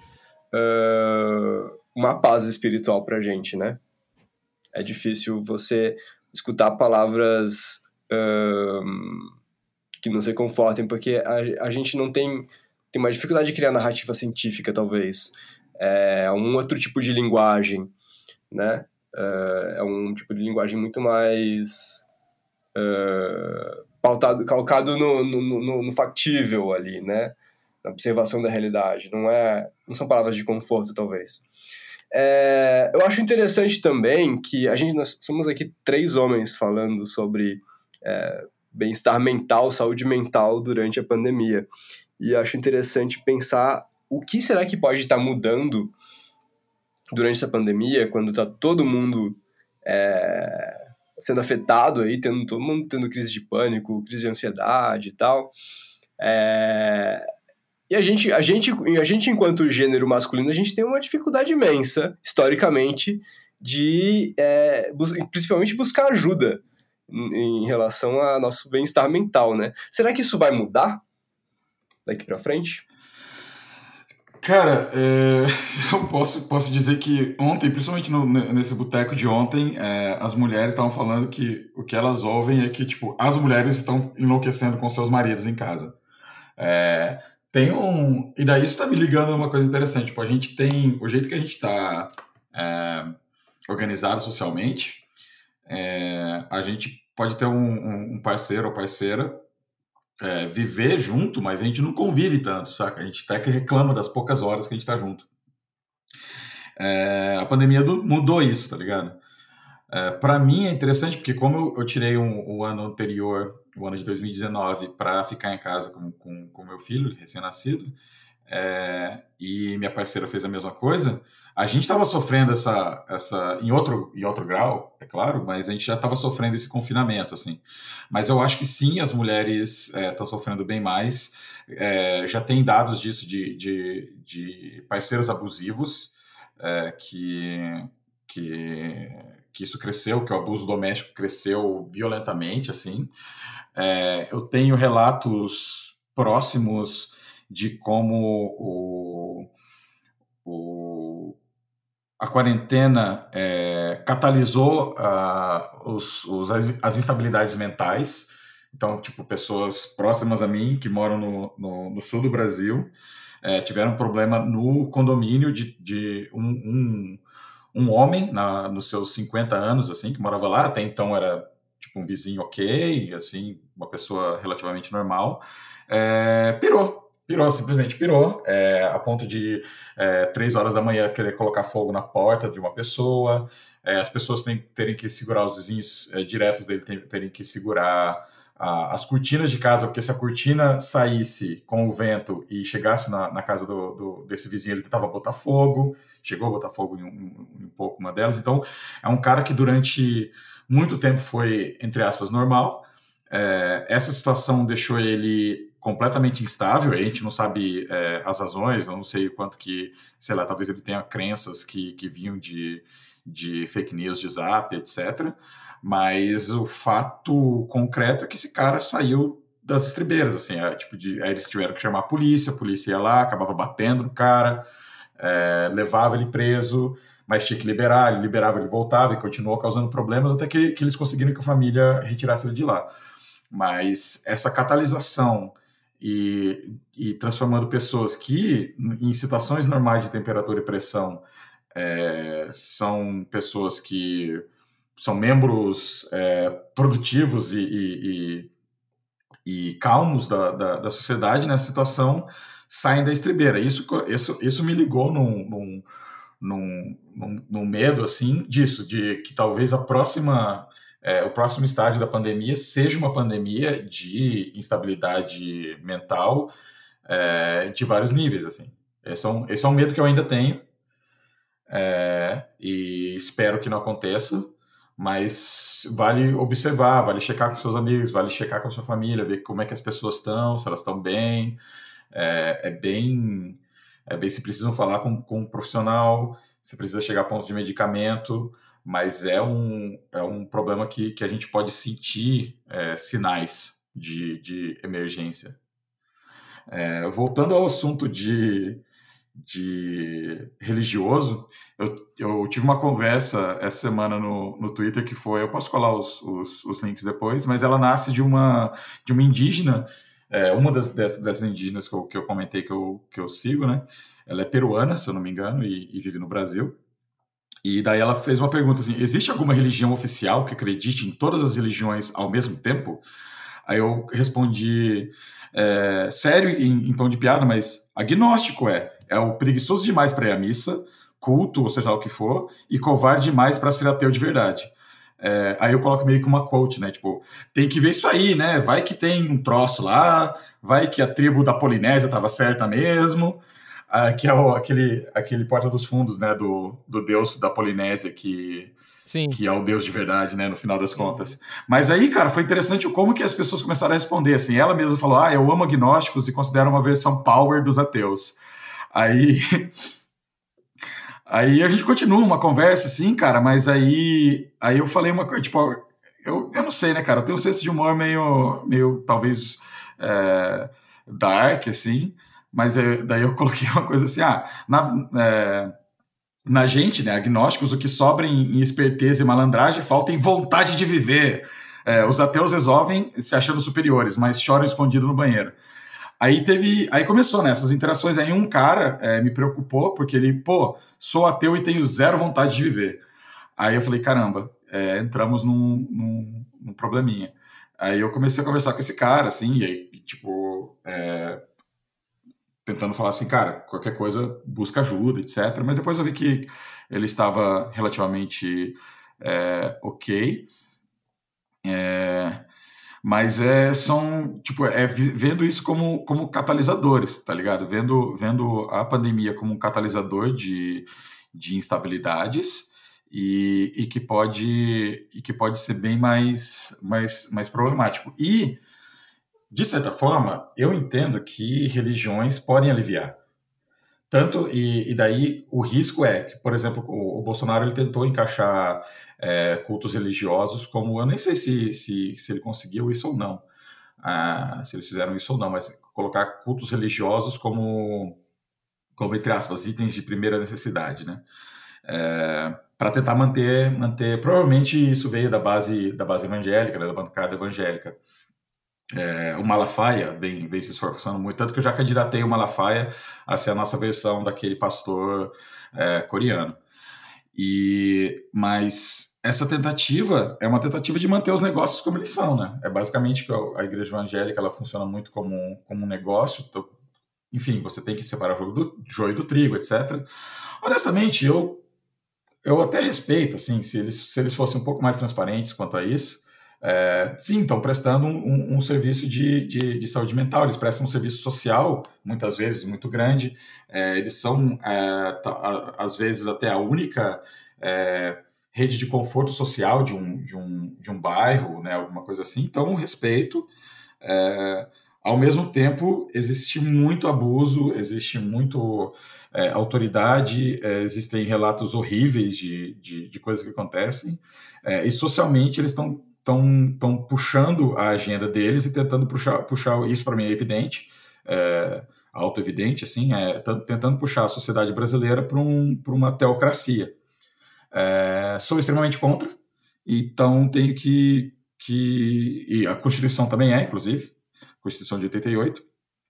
uh, uma paz espiritual pra gente, né? É difícil você escutar palavras uh, que não se confortem, porque a, a gente não tem, tem uma dificuldade de criar narrativa científica, talvez. É um outro tipo de linguagem, né? Uh, é um tipo de linguagem muito mais... Uh, pautado, calcado no, no, no, no factível ali, né? Na observação da realidade. Não, é, não são palavras de conforto, talvez. É, eu acho interessante também que a gente, nós somos aqui três homens falando sobre é, bem-estar mental, saúde mental durante a pandemia. E acho interessante pensar o que será que pode estar mudando durante essa pandemia, quando está todo mundo... É, sendo afetado aí, tendo, todo mundo tendo crise de pânico, crise de ansiedade e tal. É... E a gente, a, gente, a gente, enquanto gênero masculino, a gente tem uma dificuldade imensa, historicamente, de é, bus- principalmente buscar ajuda em, em relação ao nosso bem-estar mental, né? Será que isso vai mudar daqui pra frente? Cara, é, eu posso, posso dizer que ontem, principalmente no, nesse boteco de ontem, é, as mulheres estavam falando que o que elas ouvem é que, tipo, as mulheres estão enlouquecendo com seus maridos em casa. É, tem um... E daí isso está me ligando a uma coisa interessante. Tipo, a gente tem... O jeito que a gente está é, organizado socialmente, é, a gente pode ter um, um parceiro ou parceira É, viver junto, mas a gente não convive tanto, saca? A gente até que reclama das poucas horas que a gente tá junto. É, a pandemia do, mudou isso, tá ligado? É, para mim é interessante porque como eu, eu tirei um, o ano anterior, o ano de dois mil e dezenove, para ficar em casa com, com, com meu filho recém-nascido, é, e minha parceira fez a mesma coisa, a gente estava sofrendo essa, essa em, outro, em outro grau, é claro, mas a gente já estava sofrendo esse confinamento, assim. Mas eu acho que sim, as mulheres estão é, sofrendo bem mais. É, já tem dados disso de, de, de parceiros abusivos, é, que, que, que isso cresceu, que o abuso doméstico cresceu violentamente, assim. É, eu tenho relatos próximos de como o, o, a quarentena é, catalisou uh, os, os, as instabilidades mentais. Então, tipo, pessoas próximas a mim, que moram no, no, no sul do Brasil, é, tiveram um problema no condomínio de, de um, um, um homem, na, nos seus cinquenta anos, assim, que morava lá, até então era tipo um vizinho ok, assim, uma pessoa relativamente normal, é, pirou. Pirou, simplesmente pirou, é, a ponto de é, três horas da manhã querer colocar fogo na porta de uma pessoa, é, as pessoas tem, terem que segurar, os vizinhos é, diretos dele terem, terem que segurar a, as cortinas de casa, porque se a cortina saísse com o vento e chegasse na, na casa do, do, desse vizinho, ele tentava botar fogo, chegou a botar fogo em um, em um pouco uma delas. Então, é um cara que durante muito tempo foi, entre aspas, normal. É, essa situação deixou ele completamente instável, a gente não sabe é, as razões, eu não sei o quanto que, sei lá, talvez ele tenha crenças que, que vinham de, de fake news, de zap, etcétera. Mas o fato concreto é que esse cara saiu das estribeiras, assim, é, tipo de, aí eles tiveram que chamar a polícia, a polícia ia lá, acabava batendo no cara, é, levava ele preso, mas tinha que liberar, ele liberava, ele voltava e continuou causando problemas até que, que eles conseguiram que a família retirasse ele de lá. Mas essa catalisação e, e transformando pessoas que, em situações normais de temperatura e pressão, é, são pessoas que são membros é, produtivos e, e, e, e calmos da, da, da sociedade nessa situação, saem da estribeira. Isso, isso, isso me ligou num, num, num, num, num medo assim, disso, de que talvez a próxima... É, o próximo estágio da pandemia seja uma pandemia de instabilidade mental é, de vários níveis, assim. Esse é, um, esse é um medo que eu ainda tenho é, e espero que não aconteça, mas vale observar, vale checar com seus amigos, vale checar com a sua família, ver como é que as pessoas estão, se elas estão bem. É, é bem... É bem se precisam falar com, com um profissional, se precisa chegar a ponto de medicamento, mas é um, é um problema que, que a gente pode sentir é, sinais de, de emergência. É, voltando ao assunto de, de religioso, eu, eu tive uma conversa essa semana no, no Twitter que foi, eu posso colar os, os, os links depois, mas ela nasce de uma, de uma indígena, é, uma das, dessas indígenas que eu, que eu comentei que eu, que eu sigo, né? Ela é peruana, se eu não me engano, e, e vive no Brasil. E daí ela fez uma pergunta assim, existe alguma religião oficial que acredite em todas as religiões ao mesmo tempo? Aí eu respondi, é, sério, em, em tom de piada, mas agnóstico é. É o preguiçoso demais para ir à missa, culto, ou seja lá o que for, e covarde demais para ser ateu de verdade. É, aí eu coloco meio que uma quote, né? Tipo, tem que ver isso aí, né? Vai que tem um troço lá, vai que a tribo da Polinésia estava certa mesmo. Ah, que é o, aquele, aquele Porta dos Fundos, né, do, do deus da Polinésia, que, que é o deus de verdade, né, no final das contas. Sim. Mas aí, cara, foi interessante como que as pessoas começaram a responder, assim, ela mesma falou, ah, eu amo agnósticos e considero uma versão power dos ateus. Aí, aí a gente continua uma conversa, assim, cara, mas aí, aí eu falei uma coisa, tipo, eu, eu não sei, né, cara, eu tenho um senso de humor meio, meio talvez, é, dark, assim, mas é, daí eu coloquei uma coisa assim, ah, na, é, na gente, né, agnósticos, o que sobra em, em esperteza e malandragem falta em vontade de viver. É, os ateus resolvem se achando superiores, mas choram escondido no banheiro. Aí teve, aí começou, né, essas interações, aí um cara é, me preocupou, porque ele, pô, sou ateu e tenho zero vontade de viver. Aí eu falei, caramba, é, entramos num, num, num probleminha. Aí eu comecei a conversar com esse cara, assim, e aí, tipo... É, tentando falar assim, cara, qualquer coisa, busca ajuda, etcétera. Mas depois eu vi que ele estava relativamente é, ok. É, mas é, são, tipo, é vendo isso como, como catalisadores, tá ligado? Vendo, vendo a pandemia como um catalisador de, de instabilidades e, e, que pode, e que pode ser bem mais, mais, mais problemático. E de certa forma, eu entendo que religiões podem aliviar. Tanto, e, e daí o risco é que, por exemplo, o, o Bolsonaro ele tentou encaixar é, cultos religiosos como, eu nem sei se, se, se ele conseguiu isso ou não, ah, se eles fizeram isso ou não, mas colocar cultos religiosos como, como entre aspas, itens de primeira necessidade, né? É, para tentar manter, manter, provavelmente isso veio da base, da base evangélica, né, da bancada evangélica. É, o Malafaia vem, vem se esforçando muito, tanto que eu já candidatei o Malafaia a ser a nossa versão daquele pastor é, coreano. E, mas essa tentativa é uma tentativa de manter os negócios como eles são, né? É basicamente que a igreja evangélica ela funciona muito como um, como um negócio. Então, enfim, você tem que separar o joio do, joio do trigo, etcétera. Honestamente, eu, eu até respeito, assim, se eles, se eles fossem um pouco mais transparentes quanto a isso. É, sim, estão prestando um, um, um serviço de, de, de saúde mental, eles prestam um serviço social, muitas vezes muito grande. É, eles são, é, tá, às vezes, até a única é, rede de conforto social de um, de um, de um bairro, né, alguma coisa assim. Então, respeito. É, ao mesmo tempo, existe muito abuso, existe muito é, autoridade, é, existem relatos horríveis de, de, de coisas que acontecem, é, e socialmente eles estão estão puxando a agenda deles e tentando puxar, puxar isso para mim é evidente, é, auto-evidente, assim, é, tentando puxar a sociedade brasileira para um, uma teocracia. É, sou extremamente contra, então tenho que, que... E a Constituição também é, inclusive, Constituição de oitenta e oito.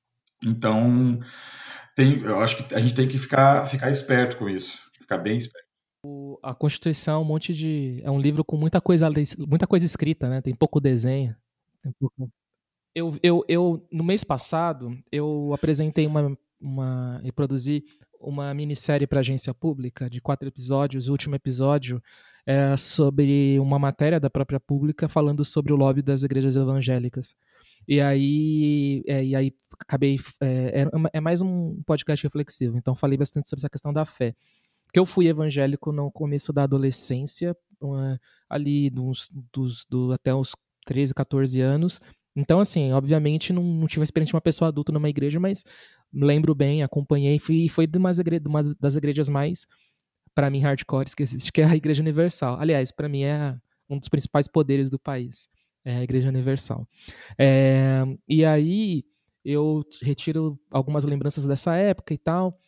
Então, tem, eu acho que a gente tem que ficar, ficar esperto com isso, ficar bem esperto. A Constituição é um monte de. É um livro com muita coisa, muita coisa escrita, né? Tem pouco desenho. Tem pouco... Eu, eu, eu, no mês passado, eu apresentei uma. uma e produzi uma minissérie para agência pública de quatro episódios. O último episódio é sobre uma matéria da própria pública falando sobre o lobby das igrejas evangélicas. E aí, é, e aí acabei. É, é mais um podcast reflexivo, então falei bastante sobre essa questão da fé. Porque eu fui evangélico no começo da adolescência, uh, ali dos, dos, do, até os treze, catorze anos. Então, assim, obviamente não, não tive a experiência de uma pessoa adulta numa igreja, mas lembro bem, acompanhei, fui, foi de, umas igre, de uma das igrejas mais, para mim, hardcores que existe, que é a Igreja Universal. Aliás, para mim é um dos principais poderes do país, é a Igreja Universal. É, e aí eu retiro algumas lembranças dessa época e tal.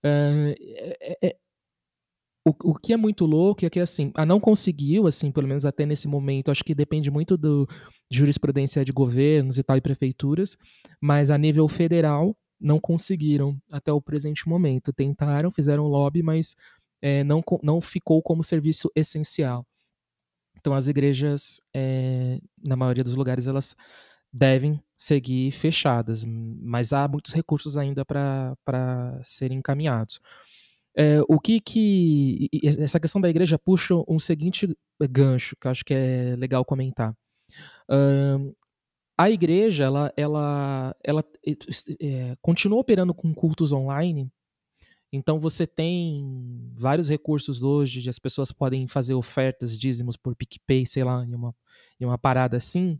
É, é, O, o que é muito louco é que, assim, a não conseguiu, assim, pelo menos até nesse momento, acho que depende muito do, de jurisprudência de governos e tal, e prefeituras, mas a nível federal não conseguiram até o presente momento. Tentaram, fizeram lobby, mas é, não, não ficou como serviço essencial. Então as igrejas, é, na maioria dos lugares, elas devem seguir fechadas, mas há muitos recursos ainda para serem encaminhados. É, o que que... Essa questão da igreja puxa um seguinte gancho, que eu acho que é legal comentar. Um, a igreja, ela, ela, ela é, continua operando com cultos online, então você tem vários recursos hoje, as pessoas podem fazer ofertas, dízimos por PicPay, sei lá, em uma, em uma parada assim.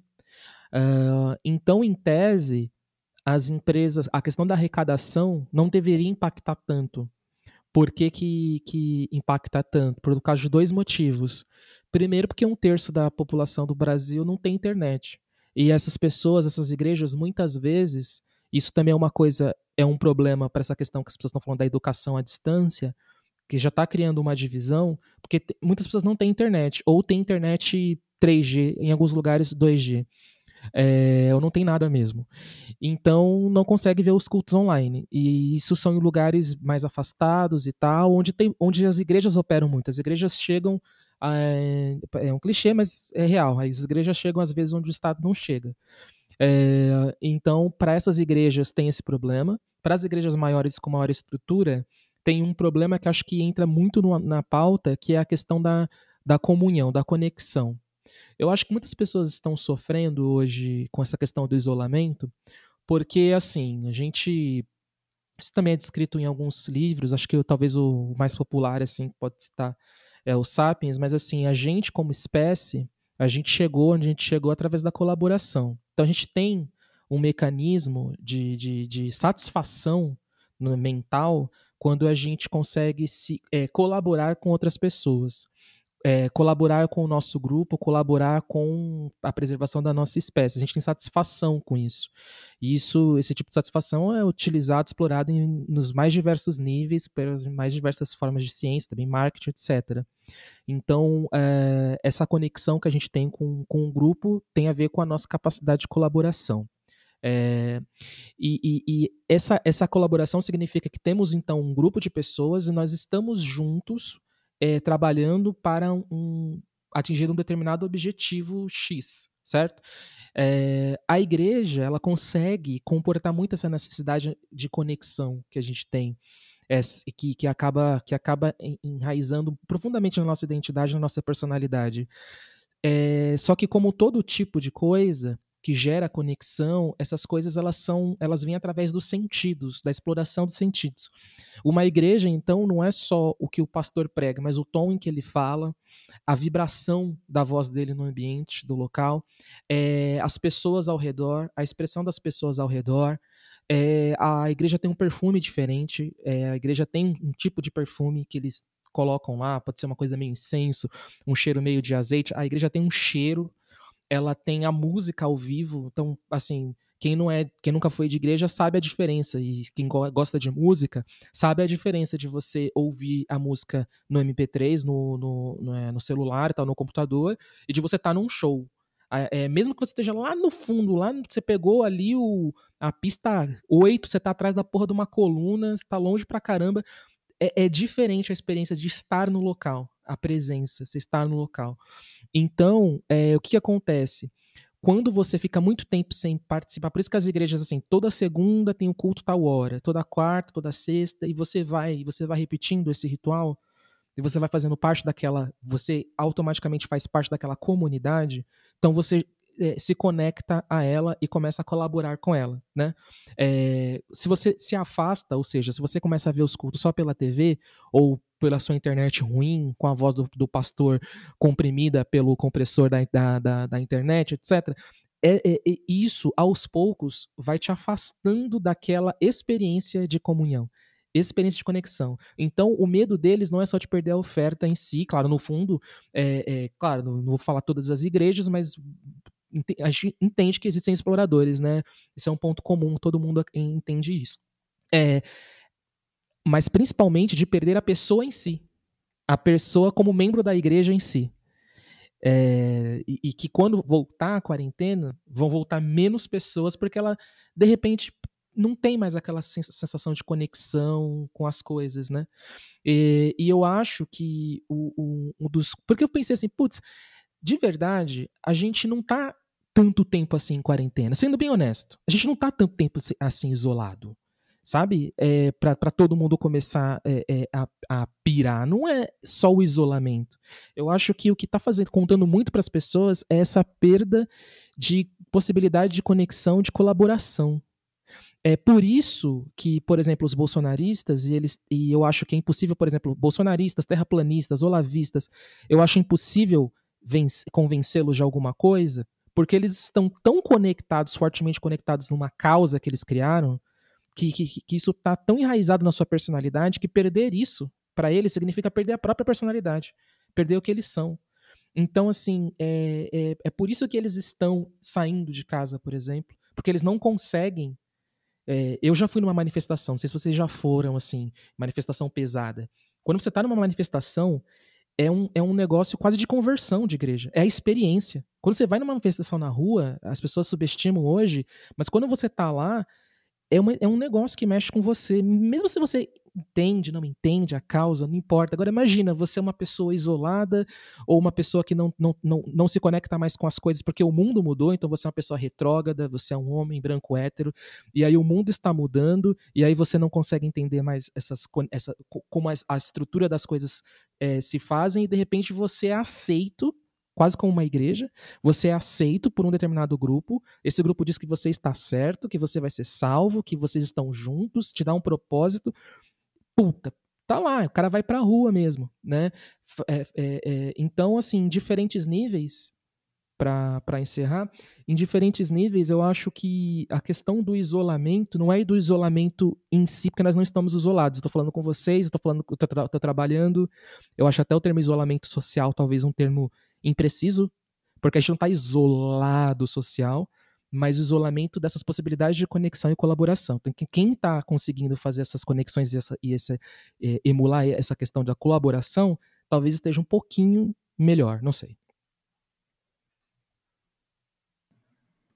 Uh, então, em tese, as empresas, a questão da arrecadação não deveria impactar tanto. Por que, que, que impacta tanto? Por causa de dois motivos. Primeiro, porque um terço da população do Brasil não tem internet. E essas pessoas, essas igrejas, muitas vezes, isso também é uma coisa, é um problema para essa questão que as pessoas estão falando da educação à distância, que já está criando uma divisão, porque t- muitas pessoas não têm internet, ou têm internet três G, em alguns lugares dois G. É, ou não tem nada mesmo. Então não consegue ver os cultos online. E isso são em lugares mais afastados e tal, onde, tem, onde as igrejas operam muito. As igrejas chegam. A, é um clichê, mas é real. As igrejas chegam às vezes onde o Estado não chega. É, então, para essas igrejas tem esse problema. Para as igrejas maiores com maior estrutura, tem um problema que acho que entra muito no, na pauta, que é a questão da, da comunhão, da conexão. Eu acho que muitas pessoas estão sofrendo hoje com essa questão do isolamento, porque, assim, a gente... Isso também é descrito em alguns livros, acho que talvez o mais popular, assim, pode citar, é o Sapiens, mas, assim, a gente como espécie, a gente chegou onde a gente chegou através da colaboração. Então, a gente tem um mecanismo de, de, de satisfação mental quando a gente consegue se é, colaborar com outras pessoas. É, colaborar com o nosso grupo, colaborar com a preservação da nossa espécie. A gente tem satisfação com isso. E isso, esse tipo de satisfação é utilizado, explorado em, nos mais diversos níveis, pelas mais diversas formas de ciência, também marketing, etcétera. Então, é, essa conexão que a gente tem com, com o grupo tem a ver com a nossa capacidade de colaboração. É, e, e, e essa, essa colaboração significa que temos, então, um grupo de pessoas e nós estamos juntos É, trabalhando para um, atingir um determinado objetivo X, certo? É, a igreja, ela consegue comportar muito essa necessidade de conexão que a gente tem, é, que, que, acaba, que acaba enraizando profundamente na nossa identidade, na nossa personalidade. É, só que como todo tipo de coisa que gera conexão, essas coisas elas são, elas vêm através dos sentidos, da exploração dos sentidos. Uma igreja, então, não é só o que o pastor prega, mas o tom em que ele fala, a vibração da voz dele no ambiente, do local, é, as pessoas ao redor, a expressão das pessoas ao redor. É, a igreja tem um perfume diferente, é, a igreja tem um tipo de perfume que eles colocam lá, pode ser uma coisa meio incenso, um cheiro meio de azeite. A igreja tem um cheiro, ela tem a música ao vivo, então, assim, quem não é, quem nunca foi de igreja sabe a diferença, e quem go- gosta de música sabe a diferença de você ouvir a música no M P três, no, no, no, é, no celular, tal, no computador, e de você estar num show. É, é, mesmo que você esteja lá no fundo, lá no- você pegou ali o, a pista oito, você tá atrás da porra de uma coluna, você tá longe pra caramba, é, é diferente a experiência de estar no local, a presença, você estar no local. Então, é, o que, que acontece? Quando você fica muito tempo sem participar, por isso que as igrejas, assim, toda segunda tem o culto tal hora, toda quarta, toda sexta, e você vai, você vai repetindo esse ritual, e você vai fazendo parte daquela, você automaticamente faz parte daquela comunidade, então você é, se conecta a ela e começa a colaborar com ela, né? É, se você se afasta, ou seja, se você começa a ver os cultos só pela T V ou pela sua internet ruim, com a voz do, do pastor comprimida pelo compressor da, da, da, da internet, etcétera, é, é, é, isso, aos poucos, vai te afastando daquela experiência de comunhão, experiência de conexão. Então, o medo deles não é só de perder a oferta em si, claro, no fundo, é, é, claro, não, não vou falar todas as igrejas, mas a gente entende que existem exploradores, né? Isso é um ponto comum, todo mundo entende isso. É, mas principalmente de perder a pessoa em si, a pessoa como membro da igreja em si. É, e, e que quando voltar a quarentena, vão voltar menos pessoas, porque ela, de repente, não tem mais aquela sensação de conexão com as coisas, né? E, e eu acho que o, o, um dos. Porque eu pensei assim, putz, de verdade, a gente não tá tanto tempo assim em quarentena. Sendo bem honesto, a gente não tá tanto tempo assim isolado. Sabe? É, para todo mundo começar é, é, a, a pirar. Não é só o isolamento. Eu acho que o que está fazendo, contando muito para as pessoas é essa perda de possibilidade de conexão, de colaboração. É por isso que, por exemplo, os bolsonaristas, e, eles, e eu acho que é impossível, por exemplo, bolsonaristas, terraplanistas, olavistas, eu acho impossível convencê-los de alguma coisa, porque eles estão tão conectados, fortemente conectados numa causa que eles criaram, que, que, que isso está tão enraizado na sua personalidade que perder isso, para eles, significa perder a própria personalidade, perder o que eles são. Então, assim, é, é, é por isso que eles estão saindo de casa, por exemplo, porque eles não conseguem. É, eu já fui numa manifestação, não sei se vocês já foram, assim, manifestação pesada. Quando você está numa manifestação, é um, é um negócio quase de conversão de igreja. É a experiência. Quando você vai numa manifestação na rua, as pessoas subestimam hoje, mas quando você está lá, é, uma, é um negócio que mexe com você. Mesmo se você entende, não entende a causa, não importa. Agora imagina, você é uma pessoa isolada ou uma pessoa que não, não, não, não se conecta mais com as coisas porque o mundo mudou, então você é uma pessoa retrógrada, você é um homem branco hétero, e aí o mundo está mudando, e aí você não consegue entender mais essas, essa, como a, a estrutura das coisas é, se fazem, e de repente você é aceito, quase como uma igreja, você é aceito por um determinado grupo, esse grupo diz que você está certo, que você vai ser salvo, que vocês estão juntos, te dá um propósito, puta, tá lá, o cara vai pra rua mesmo, né? É, é, é, então, assim, em diferentes níveis, para encerrar, em diferentes níveis, eu acho que a questão do isolamento não é do isolamento em si, porque nós não estamos isolados. Estou falando com vocês, estou falando, estou tra trabalhando. Eu acho até o termo isolamento social talvez um termo impreciso, porque a gente não está isolado social, mas o isolamento dessas possibilidades de conexão e colaboração. Então, quem está conseguindo fazer essas conexões e, essa, e esse, é, emular essa questão da colaboração, talvez esteja um pouquinho melhor, não sei.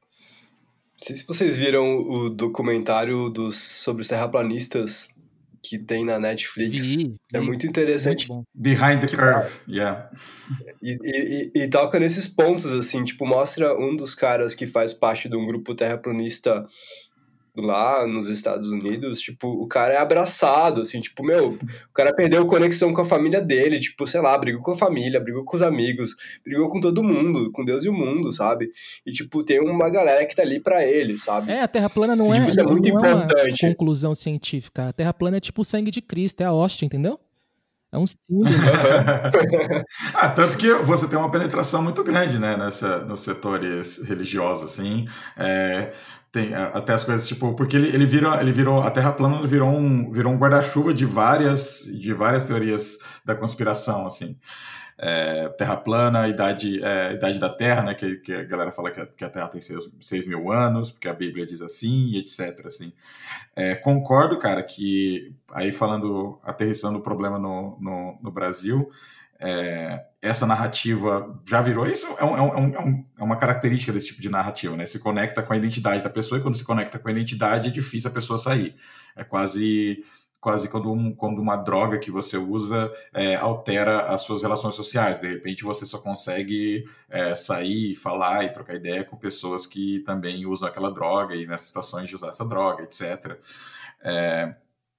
Não sei se vocês viram o documentário dos, sobre os terraplanistas, que tem na Netflix. Vi, É vi. muito interessante. Muito bom. Behind the Que Curve, yeah. E, e, e, e toca nesses pontos, assim, tipo, mostra um dos caras que faz parte de um grupo terraplanista lá nos Estados Unidos, tipo, o cara é abraçado, assim, tipo, meu, o cara perdeu conexão com a família dele, tipo, sei lá, brigou com a família, brigou com os amigos, brigou com todo mundo, com Deus e o mundo, sabe? E, tipo, tem uma galera que tá ali pra ele, sabe? É, a Terra plana não, E, é, tipo, isso é não, muito não é uma importante. conclusão científica. A Terra plana é tipo o sangue de Cristo, é a hóstia, entendeu? É um símbolo. Aham. Ah, tanto que você tem uma penetração muito grande, né, nessa, nos setores religiosos, assim, é, tem a- até as coisas, tipo, porque ele, ele, vira, ele virou, a Terra plana virou um, virou um guarda-chuva de várias, de várias teorias da conspiração, assim. É, Terra plana, idade, é, idade da Terra, né, que, que a galera fala que a, que a Terra tem seis, seis mil anos, porque a Bíblia diz assim, e etc, assim. É, concordo, cara, que aí falando, aterrissando o problema no, no, no Brasil, é, essa narrativa já virou. Isso é, um, é, um, é, um, é uma característica desse tipo de narrativa, né? Se conecta com a identidade da pessoa, e quando se conecta com a identidade é difícil a pessoa sair. É quase. Quase quando, um, quando uma droga que você usa é, altera as suas relações sociais. De repente você só consegue é, sair, falar e trocar ideia com pessoas que também usam aquela droga e nas situações de usar essa droga, etcétera. É,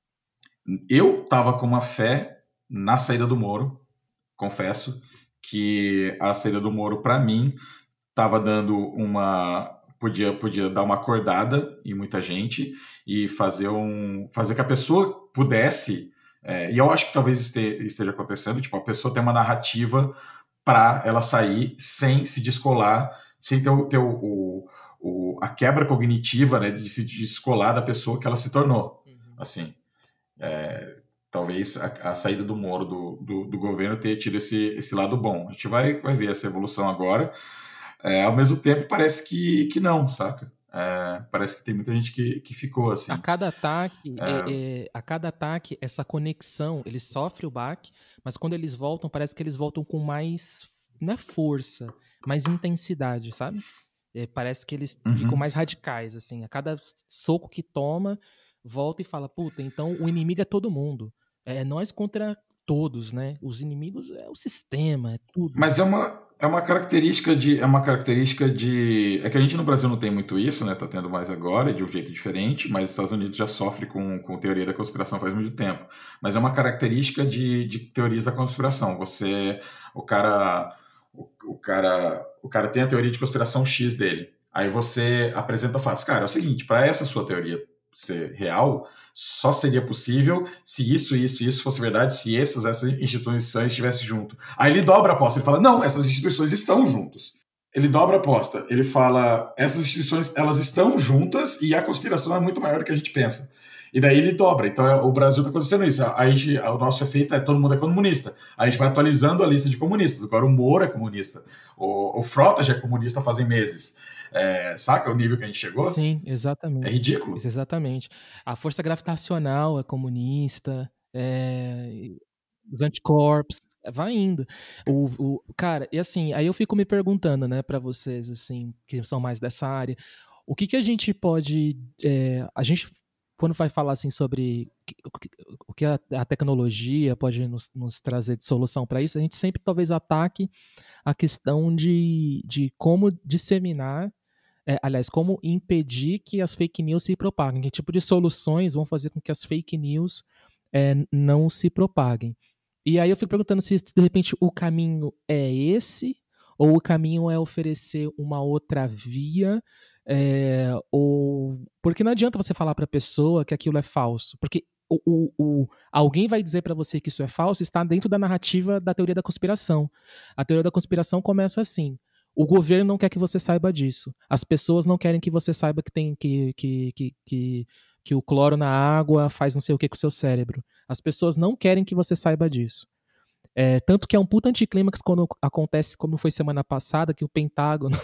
eu estava com uma fé na saída do Moro, confesso, que a saída do Moro, para mim, estava dando uma. Podia, podia dar uma acordada em muita gente e fazer, um, fazer que a pessoa pudesse. É, e eu acho que talvez este, esteja acontecendo, tipo, a pessoa tem uma narrativa para ela sair sem se descolar, sem ter, o, ter o, o, o, a quebra cognitiva, né, de se descolar da pessoa que ela se tornou. Uhum. Assim, é, talvez a, a saída do Moro do, do, do governo tenha tido esse, esse lado bom. A gente vai, vai ver essa evolução agora. É, ao mesmo tempo, parece que, que não, saca? É, parece que tem muita gente que, que ficou assim. A cada ataque, é, é, a cada ataque, essa conexão, eles sofrem o baque, mas quando eles voltam, parece que eles voltam com mais, não é força, mais intensidade, sabe? É, parece que eles Uhum. ficam mais radicais, assim. A cada soco que toma, volta e fala, puta, então o inimigo é todo mundo. É nós contra todos, né? Os inimigos é o sistema, é tudo. Mas é uma, é uma característica de. É uma característica de. É que a gente no Brasil não tem muito isso, né? Tá tendo mais agora, de um jeito diferente, mas os Estados Unidos já sofre com, com teoria da conspiração faz muito tempo. Mas é uma característica de, de teorias da conspiração. Você. O cara. O, o cara. O cara tem a teoria de conspiração X dele. Aí você apresenta fatos. Cara, é o seguinte, para essa sua teoria ser real, só seria possível se isso, isso, isso fosse verdade, se essas, essas instituições estivessem junto. Aí ele dobra a aposta, ele fala, não, essas instituições estão juntas. Ele dobra a aposta, ele fala, essas instituições, elas estão juntas e a conspiração é muito maior do que a gente pensa. E daí ele dobra. Então é, o Brasil está acontecendo isso. A gente, o nosso efeito é todo mundo é comunista. A gente vai atualizando a lista de comunistas. Agora o Moro é comunista. O, o Frota já é comunista fazem meses. É, saca o nível que a gente chegou? Sim, exatamente. É ridículo. Isso, exatamente. A força gravitacional é comunista, é, os anticorpos, vai indo. O, o, cara, e assim, aí eu fico me perguntando, né, para vocês, assim, que são mais dessa área, o que que a gente pode, é, a gente, quando vai falar, assim, sobre o que a, a tecnologia pode nos, nos trazer de solução para isso, a gente sempre talvez ataque a questão de, de como disseminar é, aliás, como impedir que as fake news se propaguem? Que tipo de soluções vão fazer com que as fake news é, não se propaguem? E aí eu fico perguntando se, de repente, o caminho é esse, ou o caminho é oferecer uma outra via, é, ou... porque não adianta você falar para a pessoa que aquilo é falso, porque o, o, o, alguém vai dizer para você que isso é falso, está dentro da narrativa da teoria da conspiração. A teoria da conspiração começa assim: o governo não quer que você saiba disso. As pessoas não querem que você saiba que tem que, que, que, que, que o cloro na água faz não sei o que com o seu cérebro. As pessoas não querem que você saiba disso. É, tanto que é um puta anticlímax quando acontece, como foi semana passada, que o Pentágono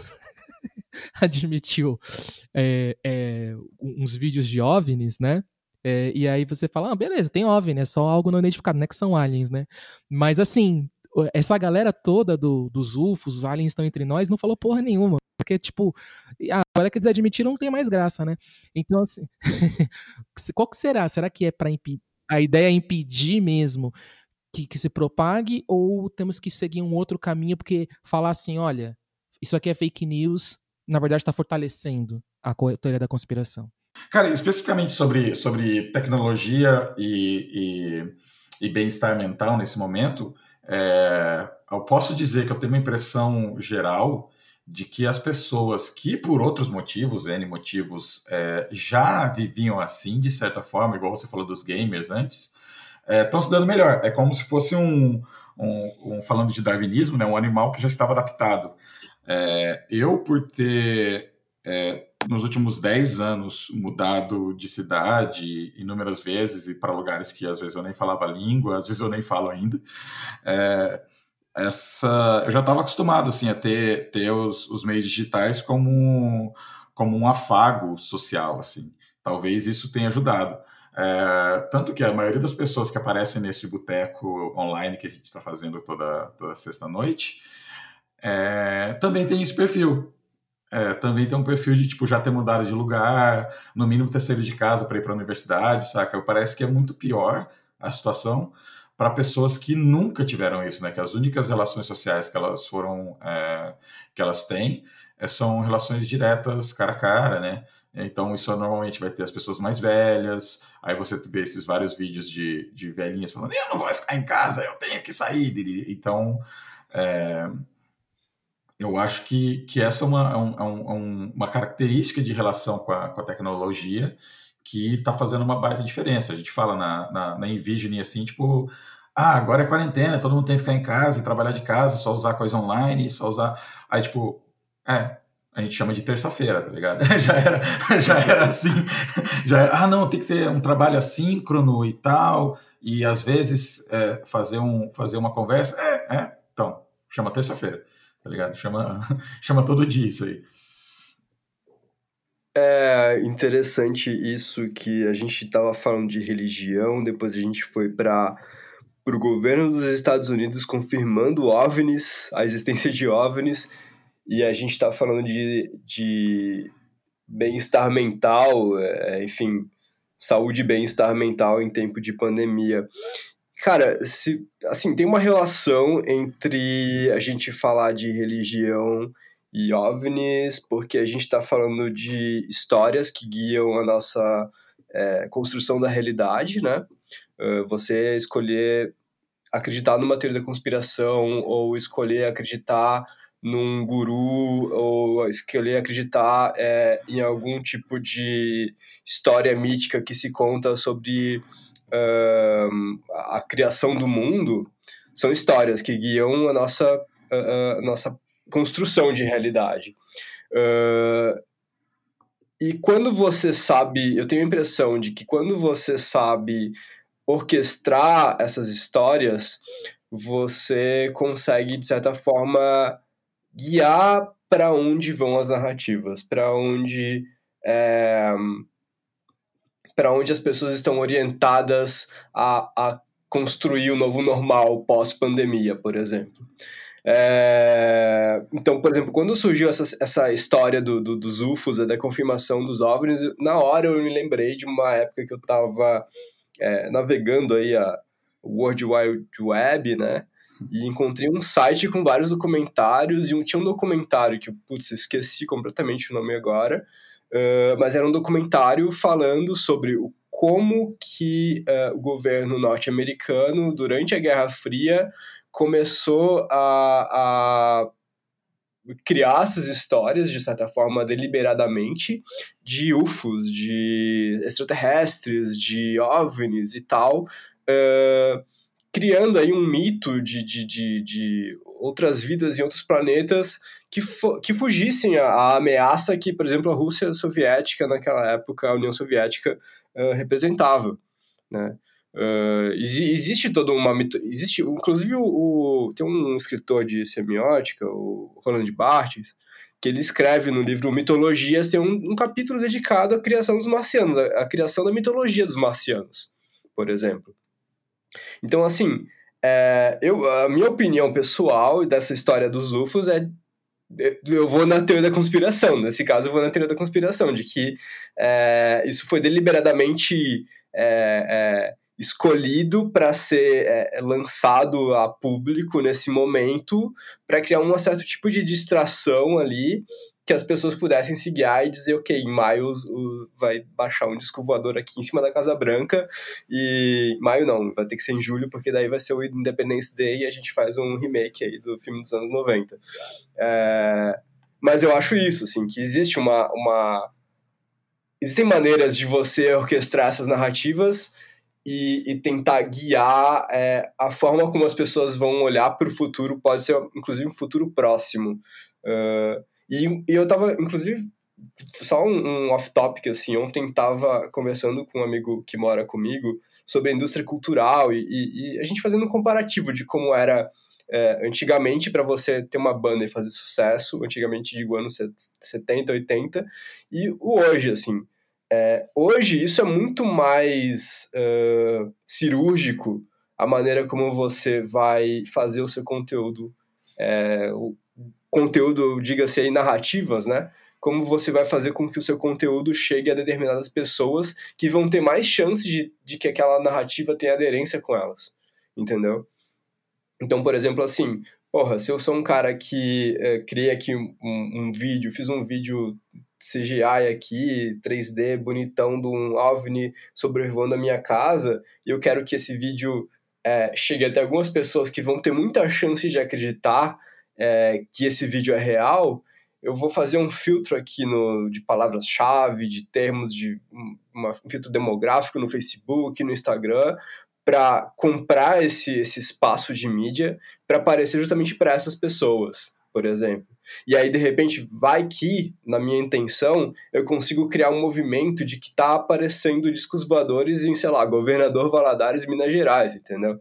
admitiu é, é, uns vídeos de OVNIs, né? É, e aí você fala, ah, beleza, tem OVNI, é só algo não identificado, não é que são aliens, né? Mas assim, essa galera toda do, dos U F Os, os aliens estão entre nós, não falou porra nenhuma. Porque, tipo, agora que eles admitiram, não tem mais graça, né? Então, assim, qual que será? Será que é pra impedir? a ideia é impedir mesmo que, que se propague, ou temos que seguir um outro caminho, porque falar assim, olha, isso aqui é fake news, na verdade está fortalecendo a teoria da conspiração? Cara, especificamente sobre, sobre tecnologia e, e, e bem-estar mental nesse momento, é, eu posso dizer que eu tenho uma impressão geral de que as pessoas que, por outros motivos, N motivos, é, já viviam assim, de certa forma, igual você falou dos gamers antes, estão é, se dando melhor. É como se fosse um, um, um, falando de darwinismo, né, um animal que já estava adaptado. É, eu, por ter, é, nos últimos dez anos, mudado de cidade inúmeras vezes e para lugares que às vezes eu nem falava a língua, às vezes eu nem falo ainda, é, essa, eu já estava acostumado assim, a ter, ter os, os meios digitais como, como um afago social. Assim. Talvez isso tenha ajudado. É, tanto que a maioria das pessoas que aparecem nesse boteco online que a gente está fazendo toda, toda sexta-noite é, também tem esse perfil. É, também tem um perfil de tipo, já ter mudado de lugar, no mínimo ter saído de casa para ir para a universidade, saca? Parece que é muito pior a situação para pessoas que nunca tiveram isso, né? Que as únicas relações sociais que elas foram, é, que elas têm é, são relações diretas, cara a cara, né? Então isso normalmente vai ter as pessoas mais velhas, aí você vê esses vários vídeos de, de velhinhas falando, eu não vou ficar em casa, eu tenho que sair. Então, é, eu acho que, que essa é uma, um, um, uma característica de relação com a, com a tecnologia que está fazendo uma baita diferença. A gente fala na, na, na Envision assim, tipo, ah, agora é quarentena, todo mundo tem que ficar em casa e trabalhar de casa, só usar coisa online, só usar... Aí, tipo, é, a gente chama de terça-feira, tá ligado? já, era, já era assim, já era, ah, não, tem que ter um trabalho assíncrono e tal, e às vezes é, fazer, um, fazer uma conversa, é, é, então, chama terça-feira. Tá ligado? Chama, chama todo dia isso aí. É interessante isso que a gente estava falando de religião, depois a gente foi para o governo dos Estados Unidos confirmando OVNIs, a existência de OVNIs, e a gente está falando de, de bem-estar mental, é, enfim, saúde e bem-estar mental em tempo de pandemia. Cara, se, assim, tem uma relação entre a gente falar de religião e OVNIs, porque a gente está falando de histórias que guiam a nossa é, construção da realidade, né? Uh, você escolher acreditar numa teoria da conspiração, ou escolher acreditar num guru, ou escolher acreditar é, em algum tipo de história mítica que se conta sobre Uh, a criação do mundo, são histórias que guiam a nossa, uh, a nossa construção de realidade. Uh, e quando você sabe, eu tenho a impressão de que quando você sabe orquestrar essas histórias, você consegue, de certa forma, guiar para onde vão as narrativas, para onde... É, para onde as pessoas estão orientadas a, a construir o novo normal pós-pandemia, por exemplo. É... Então, por exemplo, quando surgiu essa, essa história do, do, dos U F Os, da confirmação dos OVNIs, na hora eu me lembrei de uma época que eu estava é, navegando aí a World Wide Web, né? E encontrei um site com vários documentários, e um, tinha um documentário que, putz, esqueci completamente o nome agora, uh, mas era um documentário falando sobre o, como que uh, o governo norte-americano, durante a Guerra Fria, começou a, a criar essas histórias, de certa forma, deliberadamente, de U F Os, de extraterrestres, de OVNIs e tal, uh, criando aí um mito de, de, de, de outras vidas em outros planetas que, fu- que fugissem à, à ameaça que, por exemplo, a Rússia soviética, naquela época, a União Soviética, uh, representava, né? Uh, exi- existe toda uma... mito- existe, inclusive, o, o, tem um escritor de semiótica, o Roland Barthes, que ele escreve no livro Mitologias, tem um, um capítulo dedicado à criação dos marcianos, à, à criação da mitologia dos marcianos, por exemplo. Então, assim, é, eu, a minha opinião pessoal dessa história dos U F Os é... Eu vou na teoria da conspiração. Nesse caso, eu vou na teoria da conspiração, de que é, isso foi deliberadamente é, é, escolhido para ser é, lançado a público nesse momento, para criar um certo tipo de distração ali, que as pessoas pudessem se guiar e dizer, ok, em maio o, vai baixar um disco voador aqui em cima da Casa Branca, e maio não, vai ter que ser em julho, porque daí vai ser o Independence Day e a gente faz um remake aí do filme dos anos noventa. É, mas eu acho isso, assim, que existe uma, uma... Existem maneiras de você orquestrar essas narrativas e, e tentar guiar é, a forma como as pessoas vão olhar para o futuro, pode ser, inclusive, um futuro próximo. Uh, E, e eu tava, inclusive, só um, um off-topic, assim, ontem tava conversando com um amigo que mora comigo sobre a indústria cultural e, e, e a gente fazendo um comparativo de como era é, antigamente para você ter uma banda e fazer sucesso, antigamente digo anos setenta, oitenta, e o hoje, assim. É, hoje isso é muito mais uh, cirúrgico, a maneira como você vai fazer o seu conteúdo, é, o, conteúdo, diga-se aí, narrativas, né? Como você vai fazer com que o seu conteúdo chegue a determinadas pessoas que vão ter mais chance de, de que aquela narrativa tenha aderência com elas, entendeu? Então, por exemplo, assim, porra, se eu sou um cara que é, criei aqui um, um vídeo, fiz um vídeo C G I aqui, três D, bonitão, de um OVNI sobrevoando a minha casa, e eu quero que esse vídeo é, chegue até algumas pessoas que vão ter muita chance de acreditar É, que esse vídeo é real, eu vou fazer um filtro aqui no, de palavras-chave, de termos, de uma, um filtro demográfico no Facebook, no Instagram, para comprar esse, esse espaço de mídia para aparecer justamente para essas pessoas, por exemplo. E aí, de repente, vai que, na minha intenção, eu consigo criar um movimento de que tá aparecendo discos voadores em, sei lá, Governador Valadares, Minas Gerais, entendeu?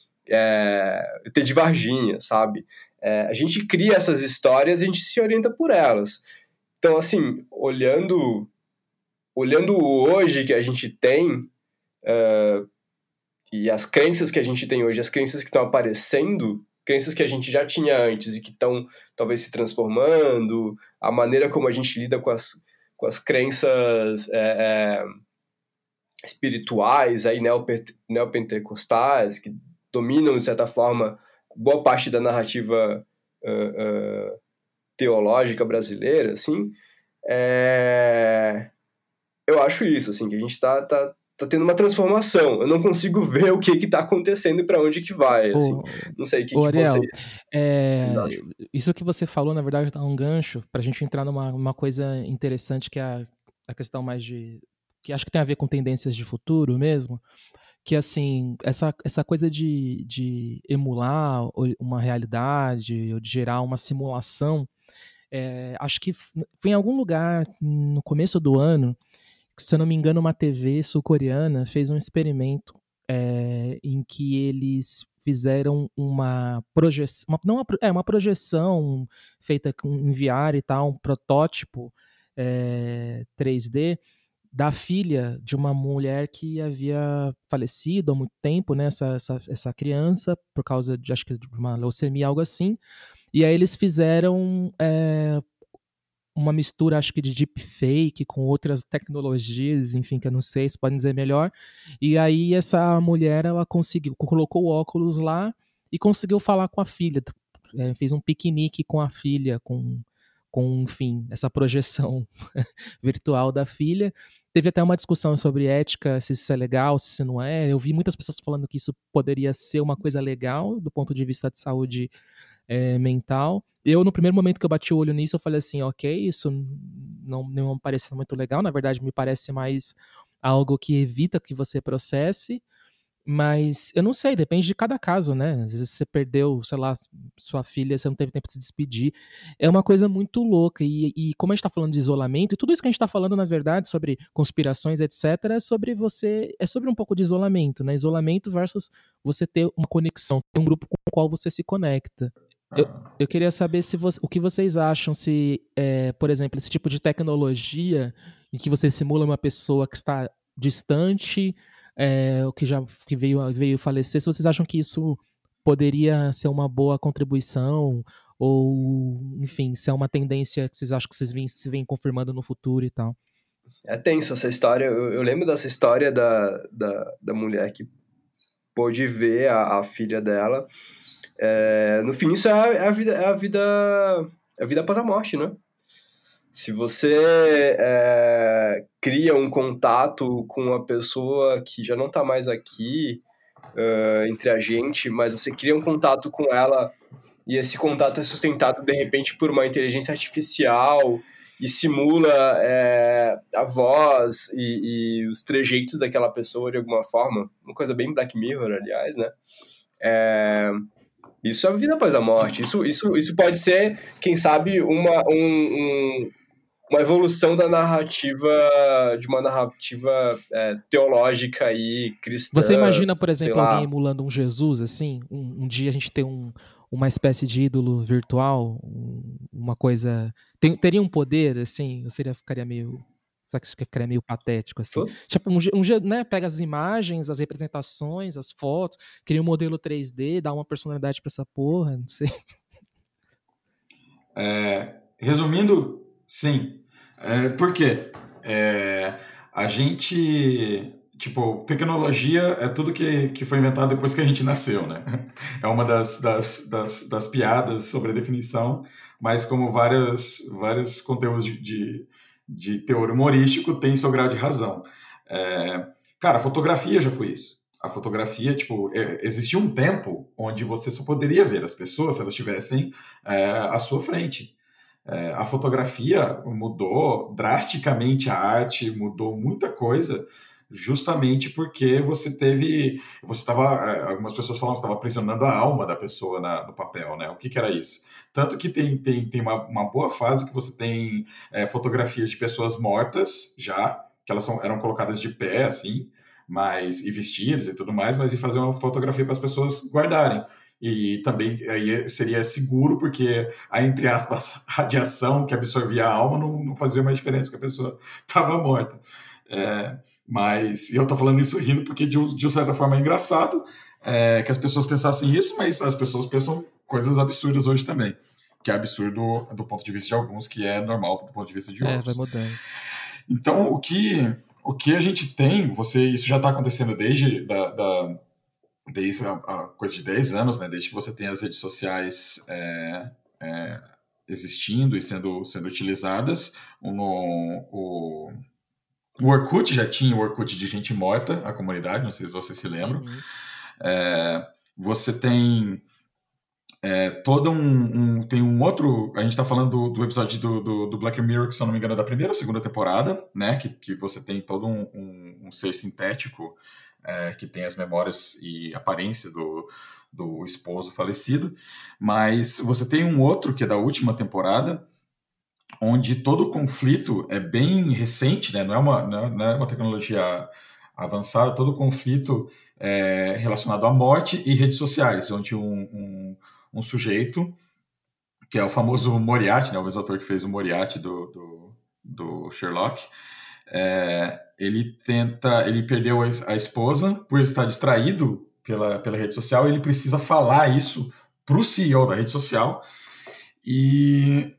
É, ter de Varginha, sabe? É, a gente cria essas histórias e a gente se orienta por elas. Então, assim, olhando, olhando o hoje que a gente tem, uh, e as crenças que a gente tem hoje, as crenças que estão aparecendo, crenças que a gente já tinha antes e que estão talvez se transformando, a maneira como a gente lida com as, com as crenças é, é, espirituais, aí, neopentecostais, que dominam, de certa forma, boa parte da narrativa uh, uh, teológica brasileira, assim, é... eu acho isso, assim, que a gente está tá, tá tendo uma transformação. Eu não consigo ver o que que tá acontecendo e para onde que vai, assim. Ô, Não sei, o que, ô que Ariel, vocês... é, isso que você falou, na verdade, dá um gancho para a gente entrar numa uma coisa interessante, que é a, a questão mais de... que acho que tem a ver com tendências de futuro mesmo, que, assim, essa, essa coisa de, de emular uma realidade, ou de gerar uma simulação, é, acho que foi em algum lugar, no começo do ano, que, se eu não me engano, uma T V sul-coreana fez um experimento é, em que eles fizeram uma projeção, uma, não uma, é, uma projeção feita com em V R e tal, um protótipo é, três D, da filha de uma mulher que havia falecido há muito tempo, né, essa, essa, essa criança, por causa de, acho que de uma leucemia, algo assim. E aí eles fizeram é, uma mistura, acho que de deepfake com outras tecnologias, enfim, que eu não sei se podem dizer melhor. E aí essa mulher, ela conseguiu, colocou o óculos lá e conseguiu falar com a filha. É, fez um piquenique com a filha, com, com enfim, essa projeção virtual da filha. Teve até uma discussão sobre ética, se isso é legal, se isso não é. Eu vi muitas pessoas falando que isso poderia ser uma coisa legal do ponto de vista de saúde é, mental. Eu, no primeiro momento que eu bati o olho nisso, eu falei assim, ok, isso não, não me parece muito legal. Na verdade, me parece mais algo que evita que você processe. Mas eu não sei, depende de cada caso, né? Às vezes você perdeu, sei lá, sua filha, você não teve tempo de se despedir. É uma coisa muito louca. E, e como a gente tá falando de isolamento, e tudo isso que a gente tá falando, na verdade, sobre conspirações, etcétera, é sobre você. É sobre um pouco de isolamento, né? Isolamento versus você ter uma conexão, ter um grupo com o qual você se conecta. Eu, eu queria saber se você, o que vocês acham se, é, por exemplo, esse tipo de tecnologia em que você simula uma pessoa que está distante. É, o que já que veio, veio falecer, se vocês acham que isso poderia ser uma boa contribuição, ou, enfim, se é uma tendência que vocês acham que vocês vêm, se vêm confirmando no futuro e tal. É tenso essa história. Eu, eu lembro dessa história da, da, da mulher que pôde ver a, a filha dela. É, no fim, isso é a, é a vida, é a vida, é a vida após a morte, né? Se você é, cria um contato com uma pessoa que já não está mais aqui uh, entre a gente, mas você cria um contato com ela e esse contato é sustentado, de repente, por uma inteligência artificial e simula é, a voz e, e os trejeitos daquela pessoa de alguma forma, uma coisa bem Black Mirror, aliás, né? É, isso é a vida após a morte. Isso, isso, isso pode ser, quem sabe, uma, um, um, uma evolução da narrativa, de uma narrativa é, teológica e cristã, Você imagina, por sei exemplo, alguém lá. emulando um Jesus, assim? Um, um dia a gente ter um, uma espécie de ídolo virtual, um- uma coisa... Tem- teria um poder, assim? Ou seria, ficaria meio... Será que ficaria meio patético, assim? Tô- Tipo, um, je- um, je- né, pega as imagens, as representações, as fotos, cria um modelo três D, dá uma personalidade pra essa porra, não sei. É, resumindo, sim. É, por quê? É, a gente, tipo, tecnologia é tudo que, que foi inventado depois que a gente nasceu, né? É uma das, das, das, das piadas sobre a definição, mas como várias, vários conteúdos de, de, de teor humorístico tem seu grau de razão. É, cara, a fotografia já foi isso. A fotografia, tipo, é, existia um tempo onde você só poderia ver as pessoas se elas estivessem é, à sua frente. É, a fotografia mudou drasticamente a arte, mudou muita coisa, justamente porque você teve, você estava, algumas pessoas falam que estava aprisionando a alma da pessoa na, no papel, né? O que, que era isso? Tanto que tem, tem, tem uma, uma boa fase que você tem é, fotografias de pessoas mortas já, que elas são, eram colocadas de pé, assim, mas, e vestidas e tudo mais, mas e fazer uma fotografia para as pessoas guardarem. E também aí seria seguro, porque a, entre aspas, radiação que absorvia a alma não, não fazia mais diferença, porque a pessoa estava morta. É, mas, e eu estou falando isso rindo porque, de, de certa forma, é engraçado é, que as pessoas pensassem isso, mas as pessoas pensam coisas absurdas hoje também. Que é absurdo do ponto de vista de alguns, que é normal do ponto de vista de É, vai outros. mudando. Então, o que, o que a gente tem, você, isso já está acontecendo desde da, da desde a, a coisa de dez anos, né? Desde que você tem as redes sociais é, é, existindo e sendo, sendo utilizadas. No, o, o Orkut já tinha o Orkut de gente morta, a comunidade, não sei se vocês se lembram. Uhum. É, você tem é, todo um, um... Tem um outro... A gente está falando do, do episódio do, do, do Black Mirror, que se eu não me engano é da primeira ou segunda temporada, né? Que, que você tem todo um, um, um ser sintético é, que tem as memórias e aparência do, do esposo falecido. Mas você tem um outro, que é da última temporada, onde todo o conflito é bem recente, né? Não é uma, não é uma tecnologia avançada, todo o conflito é relacionado à morte e redes sociais, onde um, um, um sujeito, que é o famoso Moriarty, né? O mesmo ator que fez o Moriarty do, do, do Sherlock, é, ele tenta, ele perdeu a esposa por estar distraído pela, pela rede social, e ele precisa falar isso para o C E O da rede social. E,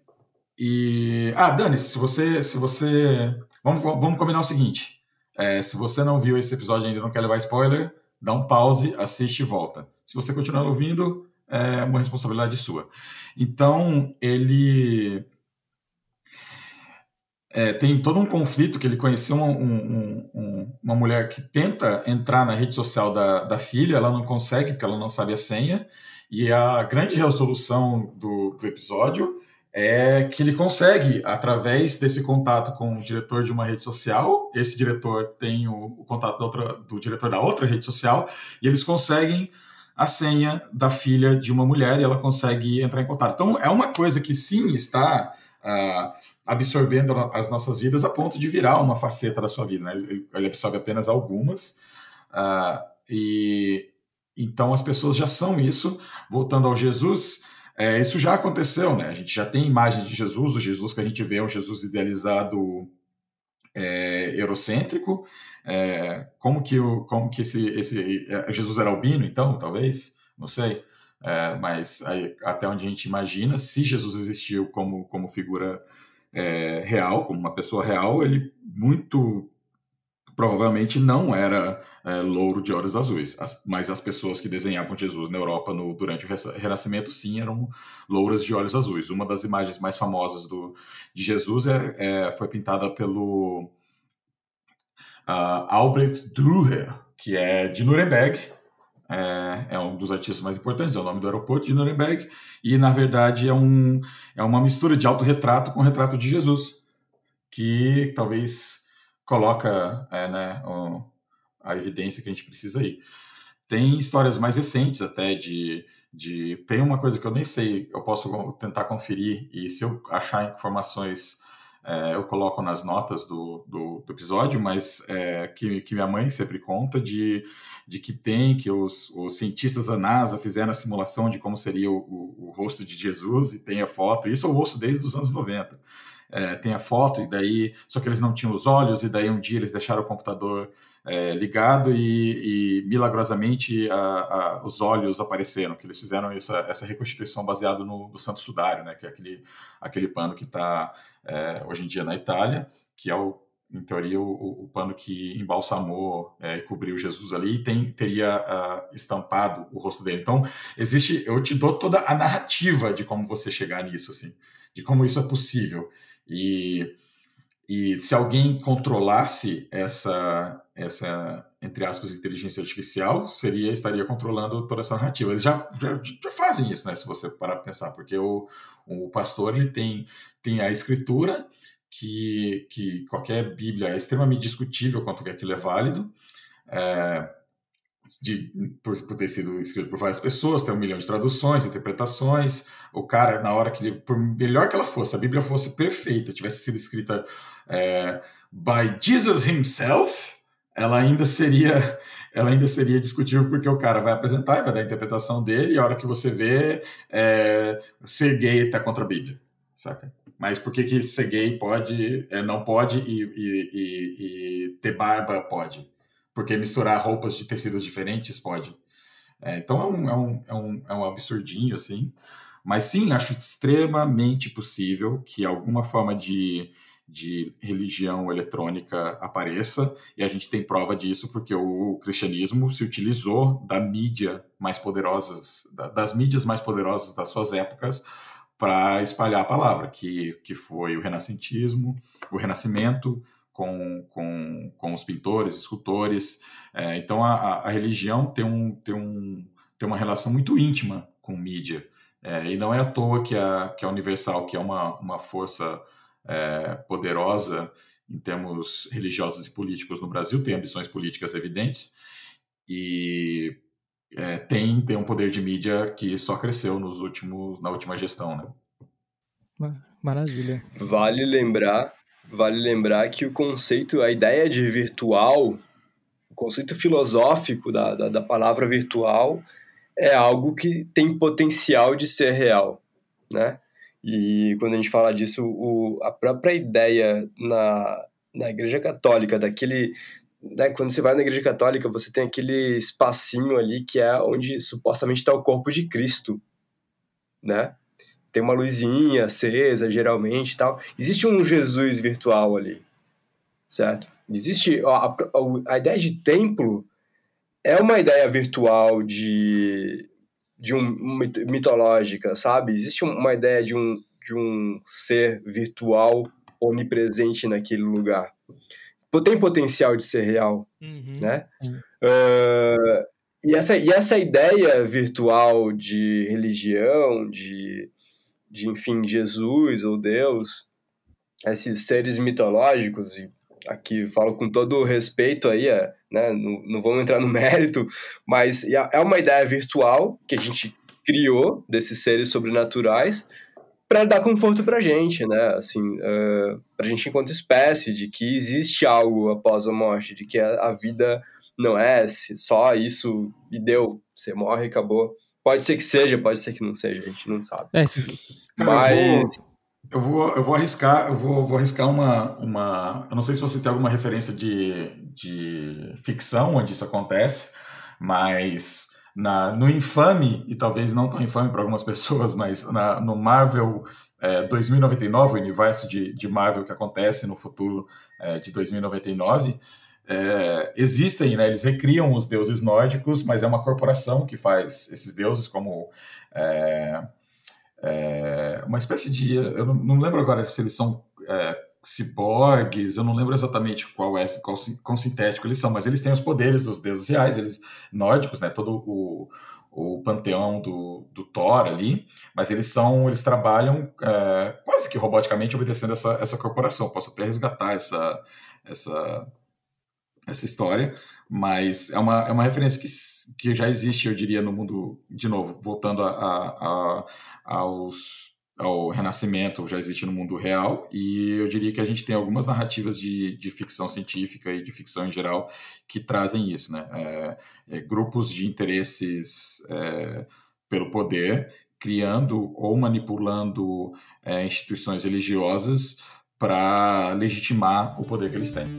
e ah, Dani, se você, se você, vamos, vamos combinar o seguinte: é, se você não viu esse episódio ainda e não quer levar spoiler, dá um pause, assiste e volta. Se você continuar ouvindo, é uma responsabilidade sua. Então ele É, tem todo um conflito que ele conheceu uma, um, um, uma mulher que tenta entrar na rede social da, da filha, ela não consegue porque ela não sabe a senha, e a grande resolução do, do episódio é que ele consegue, através desse contato com o diretor de uma rede social, esse diretor tem o, o contato da outra, do diretor da outra rede social, e eles conseguem a senha da filha de uma mulher e ela consegue entrar em contato. Então é uma coisa que sim está... Uh, absorvendo as nossas vidas a ponto de virar uma faceta da sua vida, né? Ele, ele absorve apenas algumas, uh, e então as pessoas já são isso. Voltando ao Jesus, é, isso já aconteceu, né? A gente já tem imagens de Jesus, o Jesus que a gente vê é um Jesus idealizado, é, eurocêntrico. É, como que, o, como que esse, esse Jesus era albino, então, talvez? Não sei. É, mas aí, até onde a gente imagina, se Jesus existiu como, como figura É, real, como uma pessoa real, ele muito provavelmente não era é, louro de olhos azuis, as, mas as pessoas que desenhavam Jesus na Europa no, durante o Renascimento, sim, eram louras de olhos azuis. Uma das imagens mais famosas do, de Jesus é, é, foi pintada pelo uh, Albrecht Dürer, que é de Nuremberg, é, é um dos artistas mais importantes, é o nome do aeroporto de Nuremberg, e na verdade é, um, é uma mistura de autorretrato com retrato de Jesus, que talvez coloca é, né, o, a evidência que a gente precisa aí. Tem histórias mais recentes até de, de... Tem uma coisa que eu nem sei, eu posso tentar conferir, e se eu achar informações, é, eu coloco nas notas do, do, do episódio, mas é, que, que minha mãe sempre conta de, de que tem, que os, os cientistas da NASA fizeram a simulação de como seria o, o, o rosto de Jesus, e tem a foto, isso é o rosto desde os anos noventa. É, tem a foto, e daí, só que eles não tinham os olhos, e daí um dia eles deixaram o computador é, ligado e, e milagrosamente a, a, os olhos apareceram, que eles fizeram essa, essa reconstituição baseada no, no Santo Sudário, né, que é aquele, aquele pano que está é, hoje em dia na Itália, que é, o, em teoria, o, o pano que embalsamou é, e cobriu Jesus ali, e tem, teria uh, estampado o rosto dele. Então, existe, eu te dou toda a narrativa de como você chegar nisso, assim, de como isso é possível. E, e se alguém controlasse essa, essa, entre aspas, inteligência artificial, seria, estaria controlando toda essa narrativa. Eles já, já, já fazem isso, né, se você parar para pensar, porque o, o pastor ele tem, tem a escritura, que, que qualquer Bíblia é extremamente discutível quanto que aquilo é válido, é, De, por, por ter sido escrito por várias pessoas, tem um milhão de traduções, interpretações. O cara, na hora que ele, por melhor que ela fosse, a Bíblia fosse perfeita, tivesse sido escrita é, by Jesus himself, ela ainda seria, ela ainda seria discutível, porque o cara vai apresentar e vai dar a interpretação dele, e a hora que você vê, é, ser gay está contra a Bíblia, saca? Mas por que que ser gay pode, é, não pode e, e, e, e ter barba pode? Porque misturar roupas de tecidos diferentes pode. É, então é um, é, um, é, um, é um absurdinho, assim. Mas sim, acho extremamente possível que alguma forma de, de religião eletrônica apareça, e a gente tem prova disso porque o cristianismo se utilizou da mídia mais poderosas, das mídias mais poderosas das suas épocas para espalhar a palavra, que, que foi o renascentismo, o renascimento, Com, com, com os pintores, escultores. É, então, a, a religião tem, um, tem, um, tem uma relação muito íntima com mídia. É, e não é à toa que a, que a Universal, que é uma, uma força é, poderosa em termos religiosos e políticos no Brasil, tem ambições políticas evidentes e é, tem, tem um poder de mídia que só cresceu nos últimos, na última gestão, né? Maravilha. Vale lembrar... Vale lembrar que o conceito, a ideia de virtual, o conceito filosófico da, da, da palavra virtual é algo que tem potencial de ser real, né? E quando a gente fala disso, o, a própria ideia na, na Igreja Católica, daquele... Né, quando você vai na Igreja Católica, você tem aquele espacinho ali que é onde supostamente está o corpo de Cristo, né? Tem uma luzinha acesa, geralmente, e tal. Existe um Jesus virtual ali, certo? Existe... A, a, a ideia de templo é uma ideia virtual de, de um mitológica, sabe? Existe uma ideia de um, de um ser virtual onipresente naquele lugar. Tem potencial de ser real, uhum. né? Uhum. Uh, e, essa, e essa ideia virtual de religião, de... de, enfim, Jesus ou Deus, esses seres mitológicos, e aqui falo com todo o respeito aí, é, né, não, não vamos entrar no mérito, mas é uma ideia virtual que a gente criou desses seres sobrenaturais para dar conforto pra gente, né, assim, uh, pra gente enquanto espécie, de que existe algo após a morte, de que a, a vida não é só isso e deu, você morre e acabou. Pode ser que seja, pode ser que não seja, a gente não sabe. É, se... Cara, Mas... eu, vou, eu, vou, eu vou arriscar, eu vou, vou arriscar uma, uma... Eu não sei se você tem alguma referência de, de ficção onde isso acontece, mas na, no infame, e talvez não tão infame para algumas pessoas, mas na, no Marvel é, dois mil e noventa e nove, o universo de, de Marvel que acontece no futuro é, de dois mil e noventa e nove, é, existem, né? Eles recriam os deuses nórdicos, mas é uma corporação que faz esses deuses como é, é, uma espécie de... Eu não, não lembro agora se eles são é, ciborgues, eu não lembro exatamente qual é, qual, qual sintético eles são, mas eles têm os poderes dos deuses reais, eles nórdicos, né? Todo o, o panteão do, do Thor ali, mas eles são, eles trabalham é, quase que roboticamente obedecendo essa, essa corporação. Posso até resgatar essa, essa, essa história, mas é uma, é uma referência que, que já existe, eu diria, no mundo, de novo, voltando a, a, a, aos, ao Renascimento, já existe no mundo real, e eu diria que a gente tem algumas narrativas de, de ficção científica e de ficção em geral que trazem isso, né? É, é, grupos de interesses é, pelo poder, criando ou manipulando é, instituições religiosas para legitimar o poder que eles têm.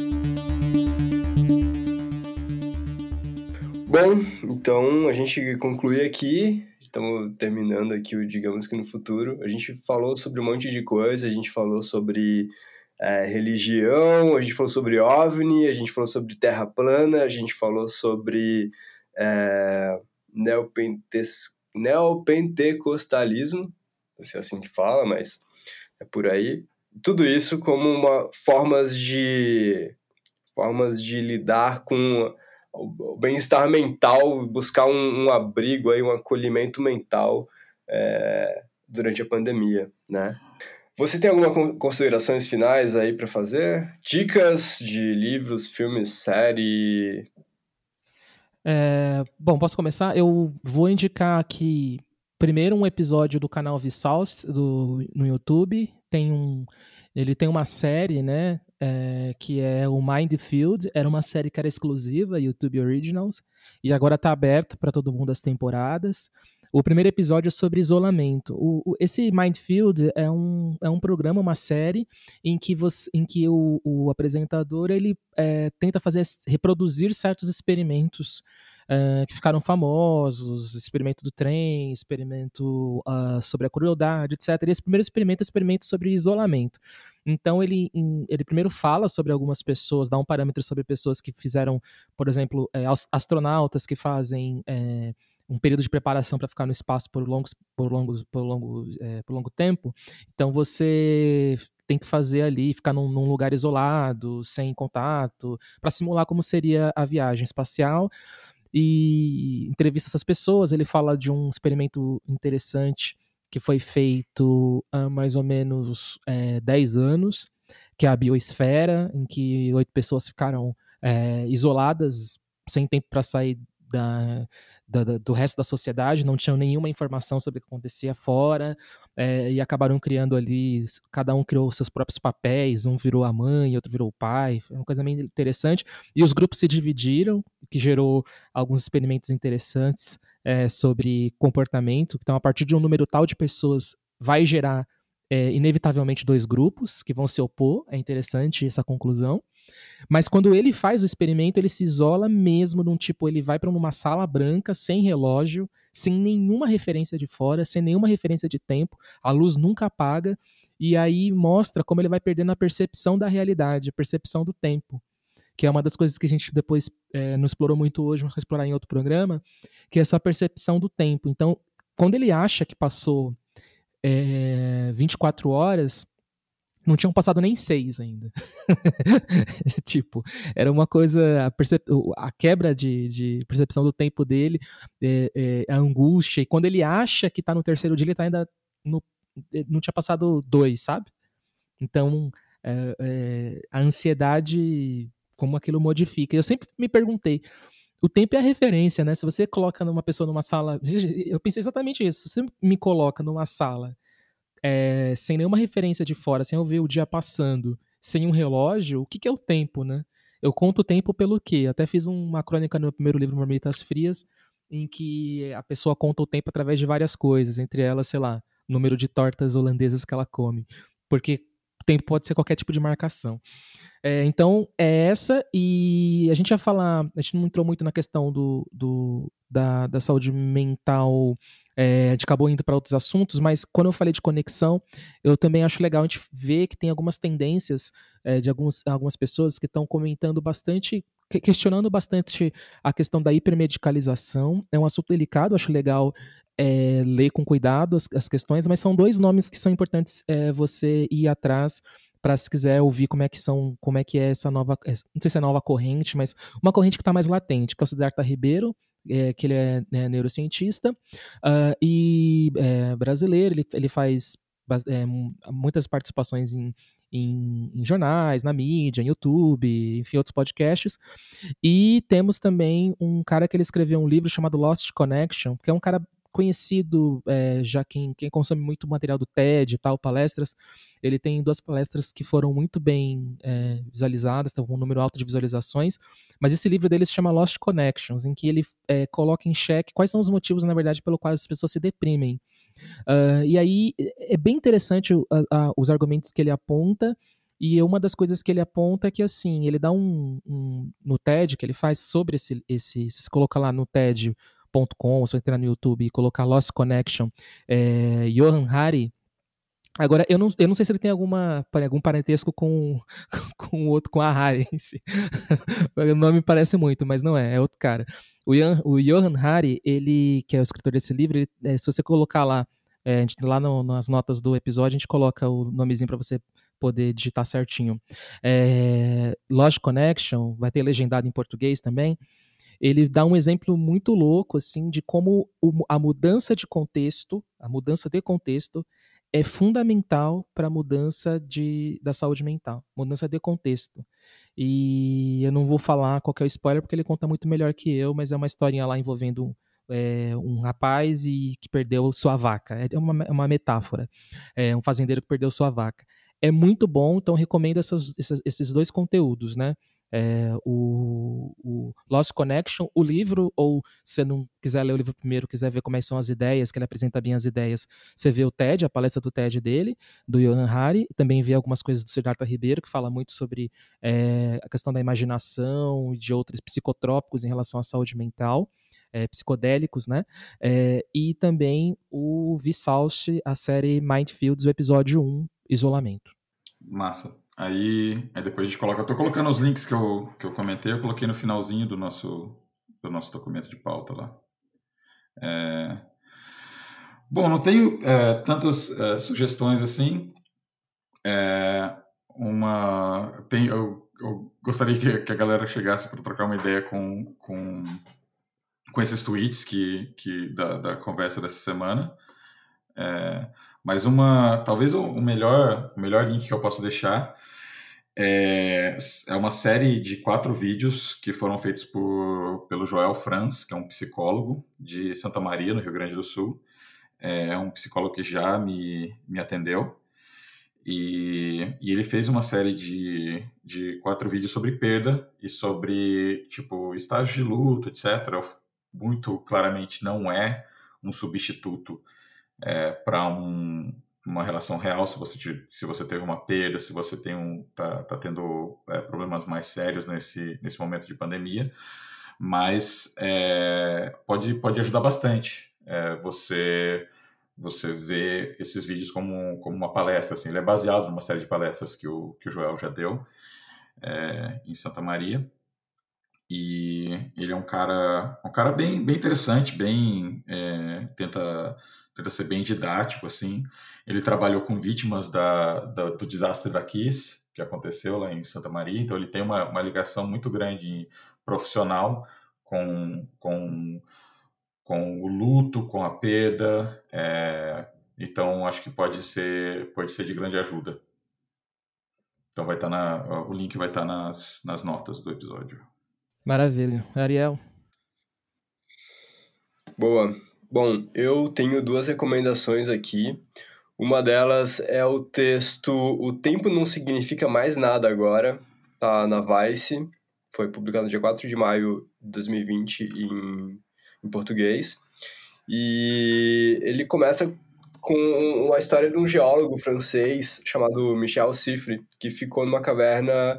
Bom, então a gente conclui aqui, estamos terminando aqui o Digamos que no Futuro. A gente falou sobre um monte de coisa, a gente falou sobre é, religião, a gente falou sobre OVNI, a gente falou sobre terra plana, a gente falou sobre é, neopentes, neopentecostalismo, não sei assim que fala, mas é por aí. Tudo isso como uma, formas de, formas de lidar com o bem-estar mental, buscar um, um abrigo, aí, um acolhimento mental é, durante a pandemia, né? Você tem algumas considerações finais aí para fazer? Dicas de livros, filmes, série? É, bom, posso começar? Eu vou indicar aqui primeiro um episódio do canal Vsauce do no YouTube. Tem um, ele tem uma série, né? É, que é o Mindfield. Era uma série que era exclusiva, YouTube Originals, e agora está aberto para todo mundo as temporadas. O primeiro episódio é sobre isolamento. O, o, esse Mindfield é um, é um programa, uma série, em que, você, em que o, o apresentador ele, é, tenta fazer, reproduzir certos experimentos é, que ficaram famosos, experimento do trem, experimento uh, sobre a crueldade, etcétera. E esse primeiro experimento é um experimento sobre isolamento. Então ele, ele primeiro fala sobre algumas pessoas, dá um parâmetro sobre pessoas que fizeram, por exemplo, é, astronautas que fazem... É, um período de preparação para ficar no espaço por, longos, por, longos, por, longo, é, por longo tempo. Então você tem que fazer ali, ficar num, num lugar isolado, sem contato, para simular como seria a viagem espacial. E entrevista essas pessoas. Ele fala de um experimento interessante que foi feito há mais ou menos é, dez anos, que é a biosfera, em que oito pessoas ficaram é, isoladas, sem tempo para sair Da, da, do resto da sociedade, não tinham nenhuma informação sobre o que acontecia fora, é, e acabaram criando ali, cada um criou seus próprios papéis, um virou a mãe, outro virou o pai, foi uma coisa meio interessante, e os grupos se dividiram, o que gerou alguns experimentos interessantes é, sobre comportamento. Então, a partir de um número tal de pessoas, vai gerar é, inevitavelmente dois grupos que vão se opor. É interessante essa conclusão. Mas quando ele faz o experimento, ele se isola mesmo, num tipo, ele vai para uma sala branca, sem relógio, sem nenhuma referência de fora, sem nenhuma referência de tempo, a luz nunca apaga, e aí mostra como ele vai perdendo a percepção da realidade, a percepção do tempo, que é uma das coisas que a gente depois é, não explorou muito hoje, mas vai explorar em outro programa, que é essa percepção do tempo. Então, quando ele acha que passou é, vinte e quatro horas, não tinham passado nem seis ainda. Tipo, era uma coisa, a, percep... a quebra de, de percepção do tempo dele, é, é, a angústia, e quando ele acha que tá no terceiro dia, ele tá ainda no... não tinha passado dois, sabe? Então, é, é, a ansiedade, como aquilo modifica. Eu sempre me perguntei, o tempo é a referência, né? Se você coloca uma pessoa numa sala, eu pensei exatamente isso, se você me coloca numa sala É, sem nenhuma referência de fora, sem eu ver o dia passando, sem um relógio, o que, que é o tempo, né? Eu conto o tempo pelo quê? Até fiz uma crônica no meu primeiro livro, Marmitas Frias, em que a pessoa conta o tempo através de várias coisas, entre elas, sei lá, o número de tortas holandesas que ela come. Porque o tempo pode ser qualquer tipo de marcação. É, então, é essa, e a gente ia falar, a gente não entrou muito na questão do, do, da, da saúde mental É, a gente acabou indo para outros assuntos, mas quando eu falei de conexão, eu também acho legal a gente ver que tem algumas tendências é, de alguns, algumas pessoas que estão comentando bastante, que- questionando bastante a questão da hipermedicalização. É um assunto delicado, acho legal é, ler com cuidado as, as questões, mas são dois nomes que são importantes é, você ir atrás para se quiser ouvir como é que são, como é que é essa nova, não sei se é nova corrente, mas uma corrente que está mais latente, que é o Siddhartha Ribeiro, é, que ele é né, neurocientista, Uh, e é, brasileiro, ele, ele faz é, muitas participações em, em, em jornais, na mídia, em YouTube, enfim, outros podcasts. E temos também um cara que ele escreveu um livro chamado Lost Connection, que é um cara conhecido, é, já quem, quem consome muito material do TED e tal, palestras. Ele tem duas palestras que foram muito bem é, visualizadas, estão com um número alto de visualizações, mas esse livro dele se chama Lost Connections, em que ele é, coloca em xeque quais são os motivos, na verdade, pelo quais as pessoas se deprimem. Uh, e aí é bem interessante uh, uh, os argumentos que ele aponta, e uma das coisas que ele aponta é que, assim, ele dá um, um no TED que ele faz sobre esse, esse se você colocar lá no TED ponto com, se você entrar no YouTube e colocar Lost Connection, é, Johan Hari. Agora, eu não, eu não sei se ele tem alguma, algum parentesco com, com o outro, com a Hari em si. O nome parece muito, mas não é, é outro cara. O, Ian, o Johan Hari, ele, que é o escritor desse livro, ele, é, se você colocar lá, é, a gente, lá no, nas notas do episódio, a gente coloca o nomezinho para você poder digitar certinho. É, Lost Connection, vai ter legendado em português também. Ele dá um exemplo muito louco, assim, de como o, a mudança de contexto, a mudança de contexto, é fundamental para a mudança de, da saúde mental, mudança de contexto. E eu não vou falar qual que é o spoiler, porque ele conta muito melhor que eu, mas é uma historinha lá envolvendo é, um rapaz e que perdeu sua vaca. É uma, é uma metáfora. É um fazendeiro que perdeu sua vaca. É muito bom, então recomendo essas, esses, esses dois conteúdos, né? É, o, o Lost Connection, o livro, ou se você não quiser ler o livro primeiro, quiser ver como é são as ideias, que ele apresenta bem as ideias, você vê o TED, a palestra do TED dele, do Johan Hari, também vê algumas coisas do Siddhartha Ribeiro, que fala muito sobre é, a questão da imaginação e de outros psicotrópicos em relação à saúde mental, é, psicodélicos, né? É, e também o Vissalti, a série Mindfields, o episódio um, Isolamento. Massa. Aí, aí depois a gente coloca. Eu tô colocando os links que eu, que eu comentei, eu coloquei no finalzinho do nosso, do nosso documento de pauta lá. É... Bom, não tenho é, tantas é, sugestões assim. É, uma, tem, eu, eu gostaria que, que a galera chegasse para trocar uma ideia com, com, com esses tweets que, que da, da conversa dessa semana. É, mas uma, talvez o melhor, o melhor link que eu posso deixar é, é uma série de quatro vídeos que foram feitos por, pelo Joel Franz, que é um psicólogo de Santa Maria, no Rio Grande do Sul. É um psicólogo que já me, me atendeu. E, e ele fez uma série de, de quatro vídeos sobre perda e sobre, tipo, estágio de luto, etcétera. Muito claramente não é um substituto é, para um, uma relação real, se você, te, se você teve uma perda, se você tem um, tá, tá tendo é, problemas mais sérios nesse, nesse momento de pandemia, mas é, pode, pode ajudar bastante. É, você você vê esses vídeos como, como uma palestra, assim, ele é baseado numa série de palestras que o, que o Joel já deu é, em Santa Maria, e ele é um cara, um cara bem, bem interessante, bem, é, tenta, tenta ser bem didático, assim. Ele trabalhou com vítimas da, da, do desastre da Kiss, que aconteceu lá em Santa Maria, então ele tem uma, uma ligação muito grande profissional com, com com o luto, com a perda, é, então acho que pode ser, pode ser de grande ajuda. Então vai estar na, o link vai estar nas, nas notas do episódio. Maravilha. Ariel? Boa. Bom, eu tenho duas recomendações aqui. Uma delas é o texto O Tempo Não Significa Mais Nada Agora, tá na Vice, foi publicado no dia quatro de maio de dois mil e vinte em, em português. E ele começa com uma história de um geólogo francês chamado Michel Siffre, que ficou numa caverna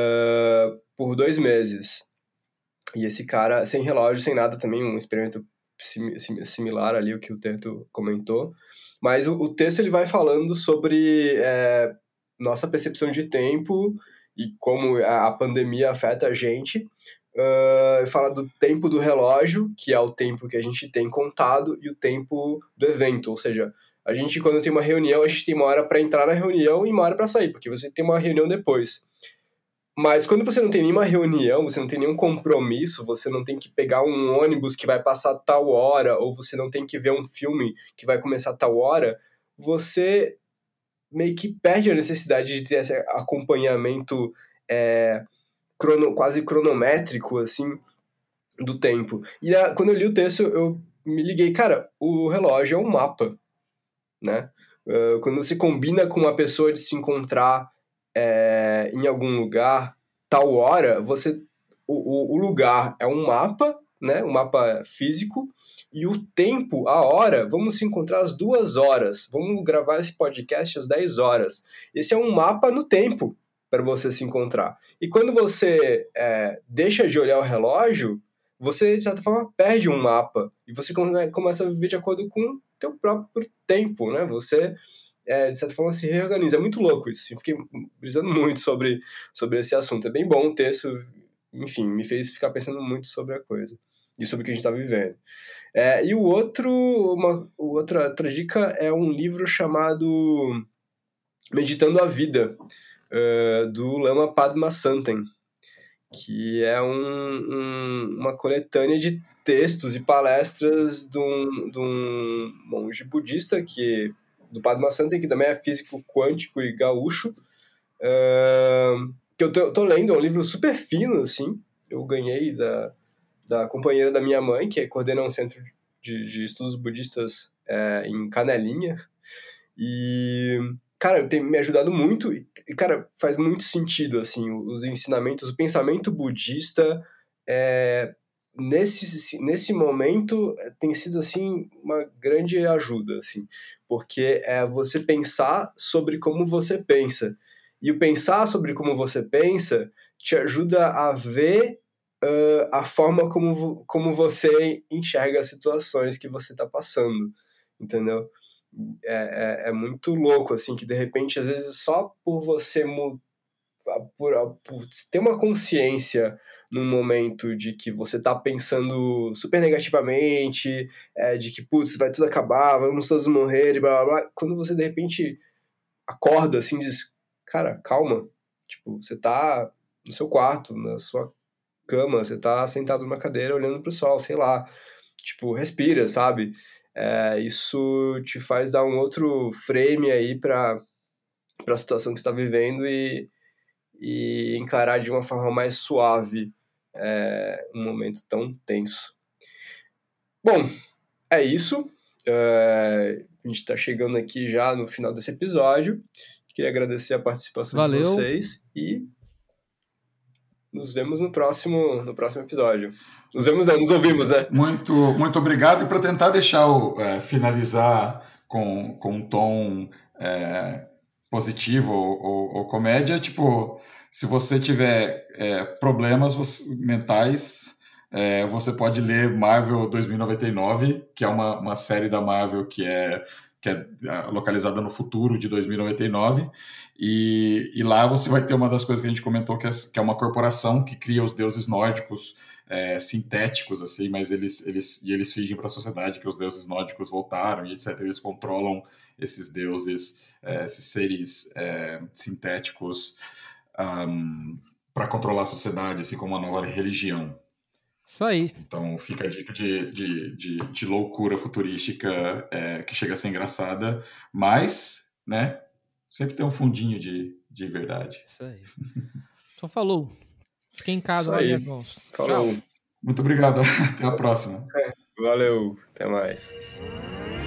uh, por dois meses. E esse cara, sem relógio, sem nada também, um experimento sim, sim, similar ali o que o Terto comentou, mas o, o texto ele vai falando sobre é, nossa percepção de tempo e como a, a pandemia afeta a gente. Uh, fala do tempo do relógio, que é o tempo que a gente tem contado, e o tempo do evento, ou seja, a gente quando tem uma reunião, a gente tem uma hora para entrar na reunião e uma hora para sair, porque você tem uma reunião depois. Mas quando você não tem nenhuma reunião, você não tem nenhum compromisso, você não tem que pegar um ônibus que vai passar tal hora, ou você não tem que ver um filme que vai começar tal hora, você meio que perde a necessidade de ter esse acompanhamento é, crono, quase cronométrico, assim, do tempo. E a, quando eu li o texto, eu me liguei, cara, o relógio é um mapa, né? Uh, quando você combina com uma pessoa de se encontrar é, em algum lugar, tal hora, você o, o, o lugar é um mapa, né? Um mapa físico, e o tempo, a hora, vamos se encontrar às duas horas, vamos gravar esse podcast às dez horas. Esse é um mapa no tempo para você se encontrar. E quando você é, deixa de olhar o relógio, você, de certa forma, perde um mapa, e você começa a viver de acordo com teu próprio tempo, né? Você, é, de certa forma, se reorganiza. É muito louco isso. Assim. Fiquei brisando muito sobre, sobre esse assunto. É bem bom o texto, enfim, me fez ficar pensando muito sobre a coisa e sobre o que a gente está vivendo. É, e o outro, uma outra, outra dica é um livro chamado Meditando a Vida, uh, do Lama Padmasanten, que é um, um, uma coletânea de textos e palestras de um, de um monge budista, que, do Padmasanten, que também é físico quântico e gaúcho, uh, que eu tô, eu tô lendo, é um livro super fino, assim, eu ganhei da, da companheira da minha mãe, que coordena um centro de, de estudos budistas é, em Canelinha, e, cara, tem me ajudado muito e, cara, faz muito sentido, assim, os ensinamentos, o pensamento budista é, nesse, nesse momento tem sido, assim, uma grande ajuda, assim, porque é você pensar sobre como você pensa. E o pensar sobre como você pensa te ajuda a ver uh, a forma como, como você enxerga as situações que você está passando, entendeu? É, é, é muito louco, assim, que de repente, às vezes, só por você mu- por, por ter uma consciência num momento de que você tá pensando super negativamente, é, de que, putz, vai tudo acabar, vamos todos morrer e blá blá blá, quando você, de repente, acorda, assim, diz, cara, calma, tipo, você tá no seu quarto, na sua cama, você tá sentado numa cadeira olhando pro sol, sei lá, tipo, respira, sabe? É, isso te faz dar um outro frame aí para a situação que você está vivendo e, e encarar de uma forma mais suave é, um momento tão tenso. Bom, é isso. É, a gente está chegando aqui já no final desse episódio. Queria agradecer a participação Valeu. de vocês e nos vemos no próximo, no próximo episódio. Nos vemos, não, nos ouvimos, né? Muito, muito obrigado. E para tentar deixar o, é, finalizar com, com um tom é, positivo ou, ou, ou comédia, tipo, se você tiver é, problemas você, mentais, é, você pode ler Marvel dois mil e noventa e nove, que é uma, uma série da Marvel que é, que é localizada no futuro de dois mil e noventa e nove, e, e lá você vai ter uma das coisas que a gente comentou, que é, que é uma corporação que cria os deuses nórdicos, É, sintéticos, assim, mas eles, eles, e eles fingem para a sociedade que os deuses nórdicos voltaram e etcétera. Eles controlam esses deuses, é, esses seres é, sintéticos um, para controlar a sociedade, assim como uma nova religião. Isso aí. Então fica a dica de, de, de, de loucura futurística é, que chega a ser engraçada, mas, né, sempre tem um fundinho de, de verdade. Isso aí. Então falou. Fiquem em casa, Isso lave aí. as mãos. Falou. Tchau. Muito obrigado. Até a próxima. Valeu. Até mais.